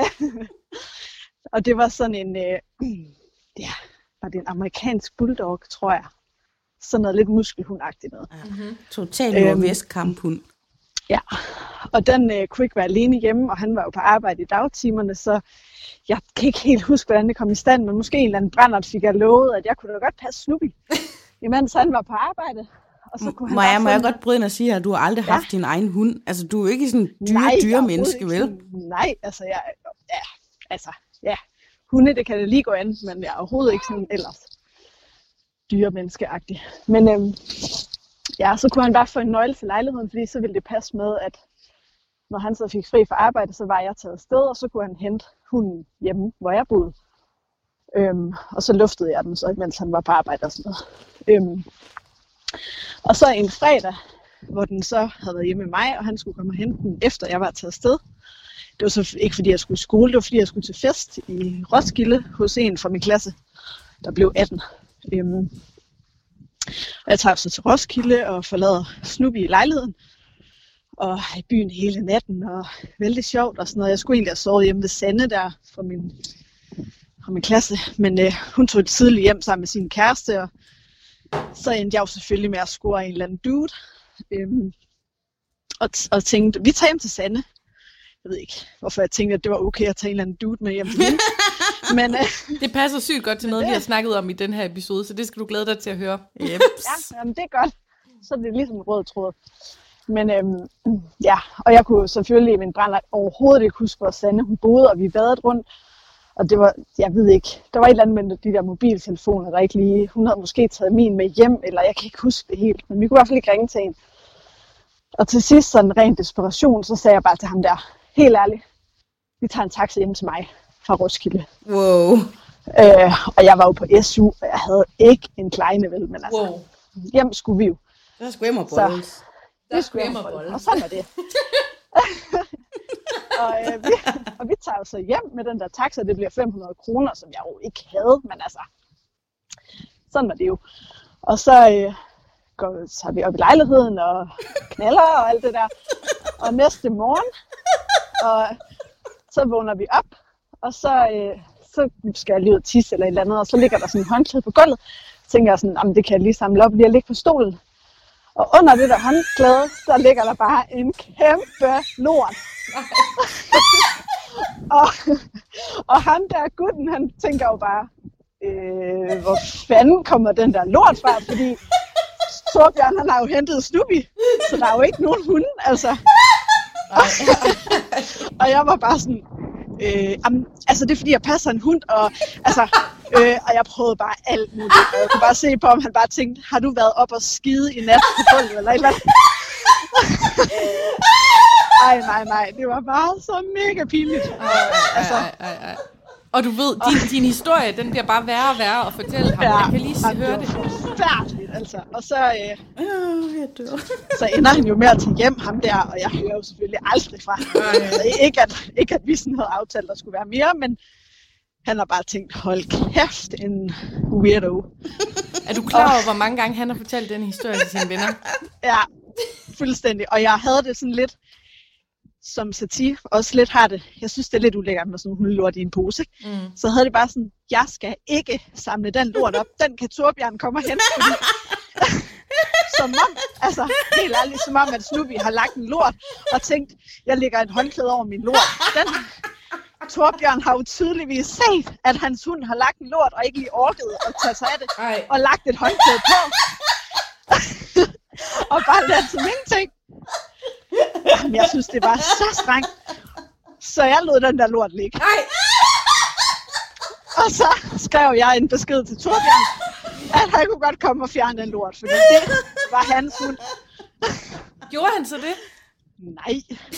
Speaker 3: og det var sådan en, øh, ja, var det en amerikansk bulldog, tror jeg. Sådan noget lidt muskelhundagtigt noget.
Speaker 2: Mm-hmm. Total nordvest kamphund.
Speaker 3: Ja, og den øh, kunne ikke være alene hjemme, og han var jo på arbejde i dagtimerne, så jeg kan ikke helt huske, hvordan det kom i stand, men måske en eller anden brændert fik jeg lovet, at jeg kunne da godt passe Snoopy, imens han var på arbejde. Og så kunne han
Speaker 2: Maja, må jeg godt bryde ind og sige, at du har aldrig ja. haft din egen hund? Altså, du er jo ikke sådan en dyre, nej, dyre menneske, vel?
Speaker 3: Sådan, nej, altså, jeg, ja, altså, ja, hunde, det kan det lige gå an, men jeg er overhovedet ikke sådan ellers dyremenneskeagtig. Men øhm, ja, så kunne han bare få en nøgle til lejligheden, fordi så ville det passe med, at når han så fik fri fra arbejde, så var jeg taget afsted, og så kunne han hente hunden hjemme, hvor jeg boede. Øhm, og så luftede jeg den så, mens han var på arbejde og sådan noget. Øhm, og så en fredag, hvor den så havde været hjemme med mig, og han skulle komme og hente den, efter jeg var taget afsted. Det var så ikke fordi jeg skulle i skole, det var fordi jeg skulle til fest i Roskilde hos en fra min klasse, der blev atten. Øhm, jeg tager så til Roskilde og forlader Snoopy i lejligheden. Og i byen hele natten, og vældig sjovt og sådan noget. Jeg skulle egentlig have sovet hjemme ved Sande der fra min, fra min klasse. Men øh, hun tog tidligt hjem sammen med sin kæreste, og så endte jeg jo selvfølgelig med at score en eller anden dude. Øhm, og, og tænkte, vi tager hjem til Sande. Jeg ved ikke, hvorfor jeg tænkte, at det var okay at tage en eller anden dude med hjem til hende. Men, øh,
Speaker 1: det passer sygt godt til noget, vi har snakket om i den her episode, så det skal du glæde dig til at høre.
Speaker 2: Yep.
Speaker 3: Ja, jamen, det er godt. Så er det ligesom en rød tråd. Men øhm, ja, og jeg kunne selvfølgelig i min brænder overhovedet ikke huske, hvor Sanne hun boede, og vi badede rundt. Og det var, jeg ved ikke, der var et eller andet med de der mobiltelefoner, der ikke lige, hun havde måske taget min med hjem, eller jeg kan ikke huske det helt, men vi kunne i hvert fald ikke ringe til hende. Og til sidst, sådan ren desperation, så sagde jeg bare til ham der, helt ærligt, vi tager en taxa hjem til mig fra Roskilde.
Speaker 2: Wow.
Speaker 3: Øh, og jeg var jo på S U, og jeg havde ikke en kleine vel, men altså,
Speaker 1: wow.
Speaker 3: hjem skulle vi jo.
Speaker 2: Der skulle hjem og bolles.
Speaker 3: Det skulle hjem og bolles, og sådan var det. og, øh, vi, og vi tager jo så hjem med den der taxa, det bliver fem hundrede kroner, som jeg jo ikke havde, men altså, sådan var det jo. Og så øh, går, tager vi op i lejligheden og knaller og alt det der. Og næste morgen, og så vågner vi op, og så, øh, så skal jeg lige ud og tisse eller et eller andet, og så ligger der sådan en håndklæde på gulvet. Så tænker jeg sådan, jamen det kan jeg lige samle op lige og ligge på stolen. Og under det der håndklæde, der ligger der bare en kæmpe lort. og, og han der gutten, han tænker jo bare, øh, hvor fanden kommer den der lort fra? Fordi Torbjørn, han har jo hentet Snoopy, så der er jo ikke nogen hunde, altså. og, og jeg var bare sådan, øh, am, altså det er fordi jeg passer en hund, og altså, øh, og jeg prøvede bare alt muligt, og jeg kunne bare se på, om han bare tænkte, har du været op og skide i nat på gulvet, eller et eller andet? Ej, nej, nej, det var bare så mega pinligt.
Speaker 1: Ej, altså. ej, ej, ej. Og du ved, din, din historie, den bliver bare værre og værre at fortælle ham. Ja, jeg kan lige se, høre det.
Speaker 3: Forfærdeligt, altså. Og så, øh,
Speaker 2: oh, jeg dør.
Speaker 3: så ender han jo med at tage hjem, ham der, og jeg hører jo selvfølgelig aldrig fra ham. Altså, ikke, at, ikke at vi sådan havde aftalt, at der skulle være mere, men han har bare tænkt, hold kæft, en weirdo.
Speaker 1: Er du klar over, hvor mange gange han har fortalt den historie til sine venner?
Speaker 3: Ja, fuldstændig. Og jeg havde det sådan lidt, som Satie også lidt har det. Jeg synes, det er lidt ulækkert med sådan en hundelort i en pose. Mm. Så havde det bare sådan, jeg skal ikke samle den lort op. Den kan Torbjørn komme og hente. Fordi... som om, altså helt ærligt, som om, at Snoopy har lagt en lort og tænkt, jeg lægger et håndklæde over min lort. Den... Torbjørn har jo tydeligvis set, at hans hund har lagt en lort og ikke lige orket at tage sig af det. Ej. Og lagt et håndklæde på. og bare ladt som ingenting. Jamen, jeg synes, det var så strengt. Så jeg lod den der lort ligge.
Speaker 1: Nej.
Speaker 3: Og så skrev jeg en besked til Torbjørn, at han kunne godt komme og fjerne den lort, fordi det var hans hund.
Speaker 1: Gjorde han så det?
Speaker 3: Nej.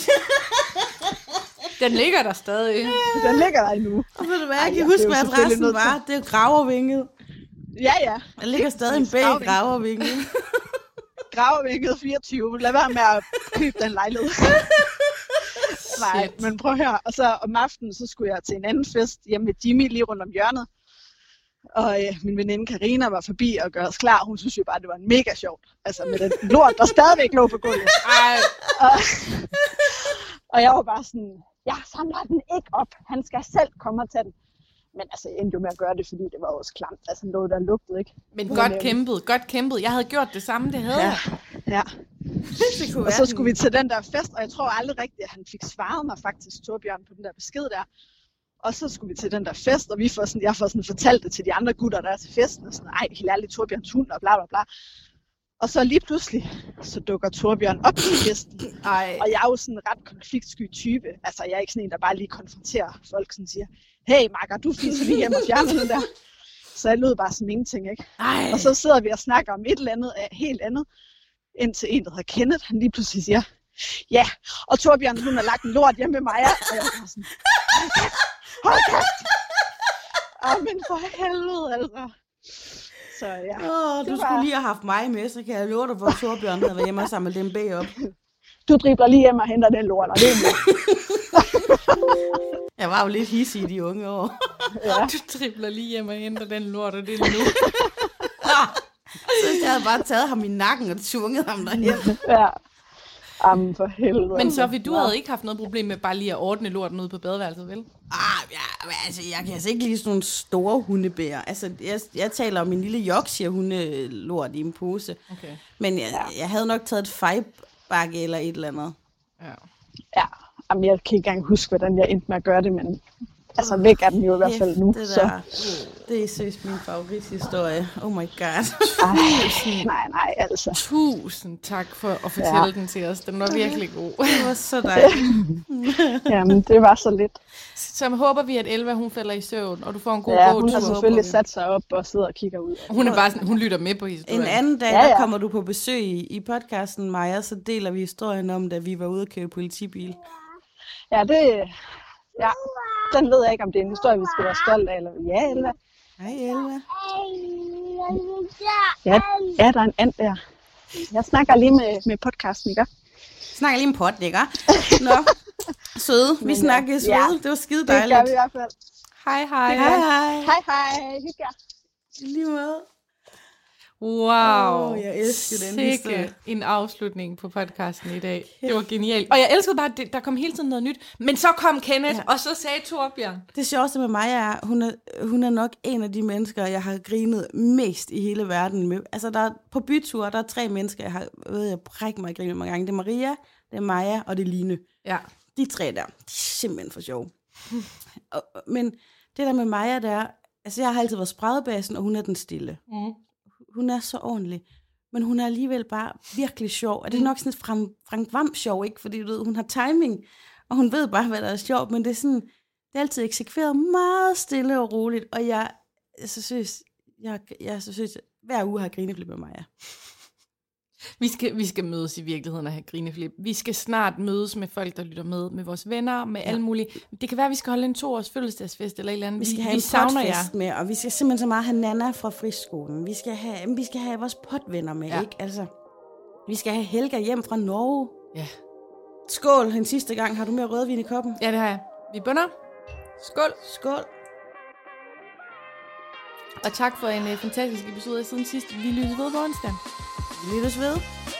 Speaker 1: Den ligger der stadig.
Speaker 3: Den ligger der endnu.
Speaker 2: Og ved du hvad, jeg kan huske, hvad adressen var. Det er jo Gravervinget.
Speaker 3: Ja, ja.
Speaker 2: Der ligger stadig en bag i Gravervinget.
Speaker 3: Gravervinget fireogtyve. Lad være med at købe den lejlighed. Nej, men prøv at høre. Og så om aftenen, så skulle jeg til en anden fest hjemme med Jimmy lige rundt om hjørnet. Og øh, min veninde Karina var forbi og gør os klar. Hun synes jo bare, det var mega sjovt. Altså med den lort, der stadigvæk lå på gulvet. Ej. Og, og jeg var bare sådan, jeg samler den ikke op. Han skal selv komme og tage den. Men altså, jeg endte jo med at gøre det, fordi det var også klamt. Altså, den lå der lugtede, ikke?
Speaker 1: Men godt Men, kæmpet, godt kæmpet. Jeg havde gjort det samme, det havde
Speaker 3: ja. Ja. Og så skulle vi til den der fest, og jeg tror aldrig rigtigt, at han fik svaret mig faktisk, Torbjørn, på den der besked der. Og så skulle vi til den der fest, og vi får sådan, jeg får sådan fortalt det til de andre gutter, der er til festen, og sådan, ej, helt ærligt, Torbjørns hund, og bla bla bla. Og så lige pludselig, så dukker Torbjørn op til festen. Ej. Og jeg er jo sådan en ret konfliktsky type. Altså, jeg er ikke sådan en, der bare lige konfronterer folk, sådan siger, hey, Marker, du fiser lige hjem og fjerner den der. Så jeg lød bare som ingenting, ikke? Ej. Og så sidder vi og snakker om et eller andet helt andet, indtil en, der hedder Kenneth, han lige pludselig siger, ja, og Torbjørn, hun har lagt en lort hjemme med mig, og jeg var sådan, hold kæft! Åh, men for helvede, altså. Så ja.
Speaker 2: Åh, du var... skulle lige have haft mig med, så kan jeg love dig, hvor Torbjørn havde været hjemme og samlet dem bag op.
Speaker 3: Du dribler lige hjem og henter den lort, og det er med.
Speaker 2: Jeg var jo lidt hissig i de unge år.
Speaker 1: Ja. Du dribler lige hjem og henter den lort, og det er nu.
Speaker 2: Så jeg havde bare taget ham i nakken og tvunget ham derhen.
Speaker 3: Ja. Jamen for helvede.
Speaker 1: Men Sofie, du havde ikke haft noget problem med bare lige at ordne lorten ude på badeværelset, vel?
Speaker 2: Ah, ja, altså, jeg kan altså ikke lide sådan nogle store hundebærer. Altså, jeg, jeg taler om min lille Yorkshire hundelort i en pose. Okay. Men jeg, ja. jeg havde nok taget et fejbakke eller et eller andet.
Speaker 1: Ja.
Speaker 3: Ja, jamen, jeg kan ikke engang huske, hvordan jeg endte med at gøre det, men Altså væk er den jo i hvert fald nu.
Speaker 2: Det,
Speaker 3: så.
Speaker 2: der, det er seriøst min favorithistorie. Oh my god.
Speaker 3: Ej, nej, nej, altså.
Speaker 1: Tusind tak for at fortælle ja. den til os. Den var virkelig god.
Speaker 2: Det var så dejligt.
Speaker 3: Jamen, det var så lidt.
Speaker 1: Så håber vi, at Elva hun falder i søvn, og du får en god
Speaker 3: ja,
Speaker 1: gåtur.
Speaker 3: Hun har selvfølgelig sat sig op og sidder og kigger ud.
Speaker 1: Hun er bare sådan, hun lytter med på historien.
Speaker 2: En anden dag,
Speaker 3: ja, ja.
Speaker 2: der kommer du på besøg i, i podcasten, Maja, så deler vi historien om, da vi var ude at køre politibil.
Speaker 3: Ja, det... Ja, den ved jeg ikke, om det er en historie, vi skal være stolt af. Eller... Ja, Elva.
Speaker 2: Hej, Elva.
Speaker 3: Ja, ja, der er en and der. Jeg snakker lige med, med podcasten, ikke?
Speaker 2: Snakker lige med pod, ikke? Nå, søde. Vi snakkes
Speaker 3: ja,
Speaker 2: ved. Det var skide dejligt.
Speaker 3: Det gør vi i hvert fald.
Speaker 1: Hej, hej.
Speaker 2: Hej, hej.
Speaker 3: Hej, hej. Hygge jer.
Speaker 2: Lige måde.
Speaker 1: Wow,
Speaker 2: oh, jeg elsker den historie.
Speaker 1: En afslutning på podcasten i dag. Det var genialt. Og jeg elskede bare, at der kom hele tiden noget nyt. Men så kom Kenneth, ja. og så sagde Torbjørn.
Speaker 2: Det sjoveste med mig er, hun er, hun er nok en af de mennesker, jeg har grinet mest i hele verden med. Altså, der er, på byture, der er tre mennesker, jeg har ved jeg brække mig og grine mange gange. Det er Maria, det er Maja, og det er Line.
Speaker 1: Ja.
Speaker 2: De tre der, de er simpelthen for sjove. og, men det der med Maja, der er, altså jeg har altid været spredbassen, og hun er den stille. Mm. Hun er så ordentlig, men hun er alligevel bare virkelig sjov. Og det er nok sådan et Frank, Frank Hvam sjov, ikke? Fordi du ved, hun har timing, og hun ved bare, hvad der er sjovt, men det er sådan, det er altid eksekveret meget stille og roligt, og jeg, jeg så synes, jeg, jeg så synes, hver uge har grineflip med mig, ja.
Speaker 1: Vi skal, vi skal mødes i virkeligheden og have grineflip. Vi skal snart mødes med folk, der lytter med, med vores venner, med ja. alle mulige. Det kan være, at vi skal holde en to-års fødselsdagsfest eller et eller andet.
Speaker 2: Vi skal
Speaker 1: vi,
Speaker 2: have
Speaker 1: vi
Speaker 2: en potfest med, og vi skal simpelthen så meget have Nana fra friskolen. Vi skal have, vi skal have vores potvenner med, ja. ikke? Altså, vi skal have Helga hjem fra Norge.
Speaker 1: Ja.
Speaker 2: Skål en sidste gang. Har du mere rødvin i koppen?
Speaker 1: Ja, det har jeg. Vi bunder. Skål.
Speaker 2: Skål.
Speaker 1: Og tak for en uh, fantastisk episode siden sidst. Vi lyttes ved på onsdag.
Speaker 2: Vi lyttes ved.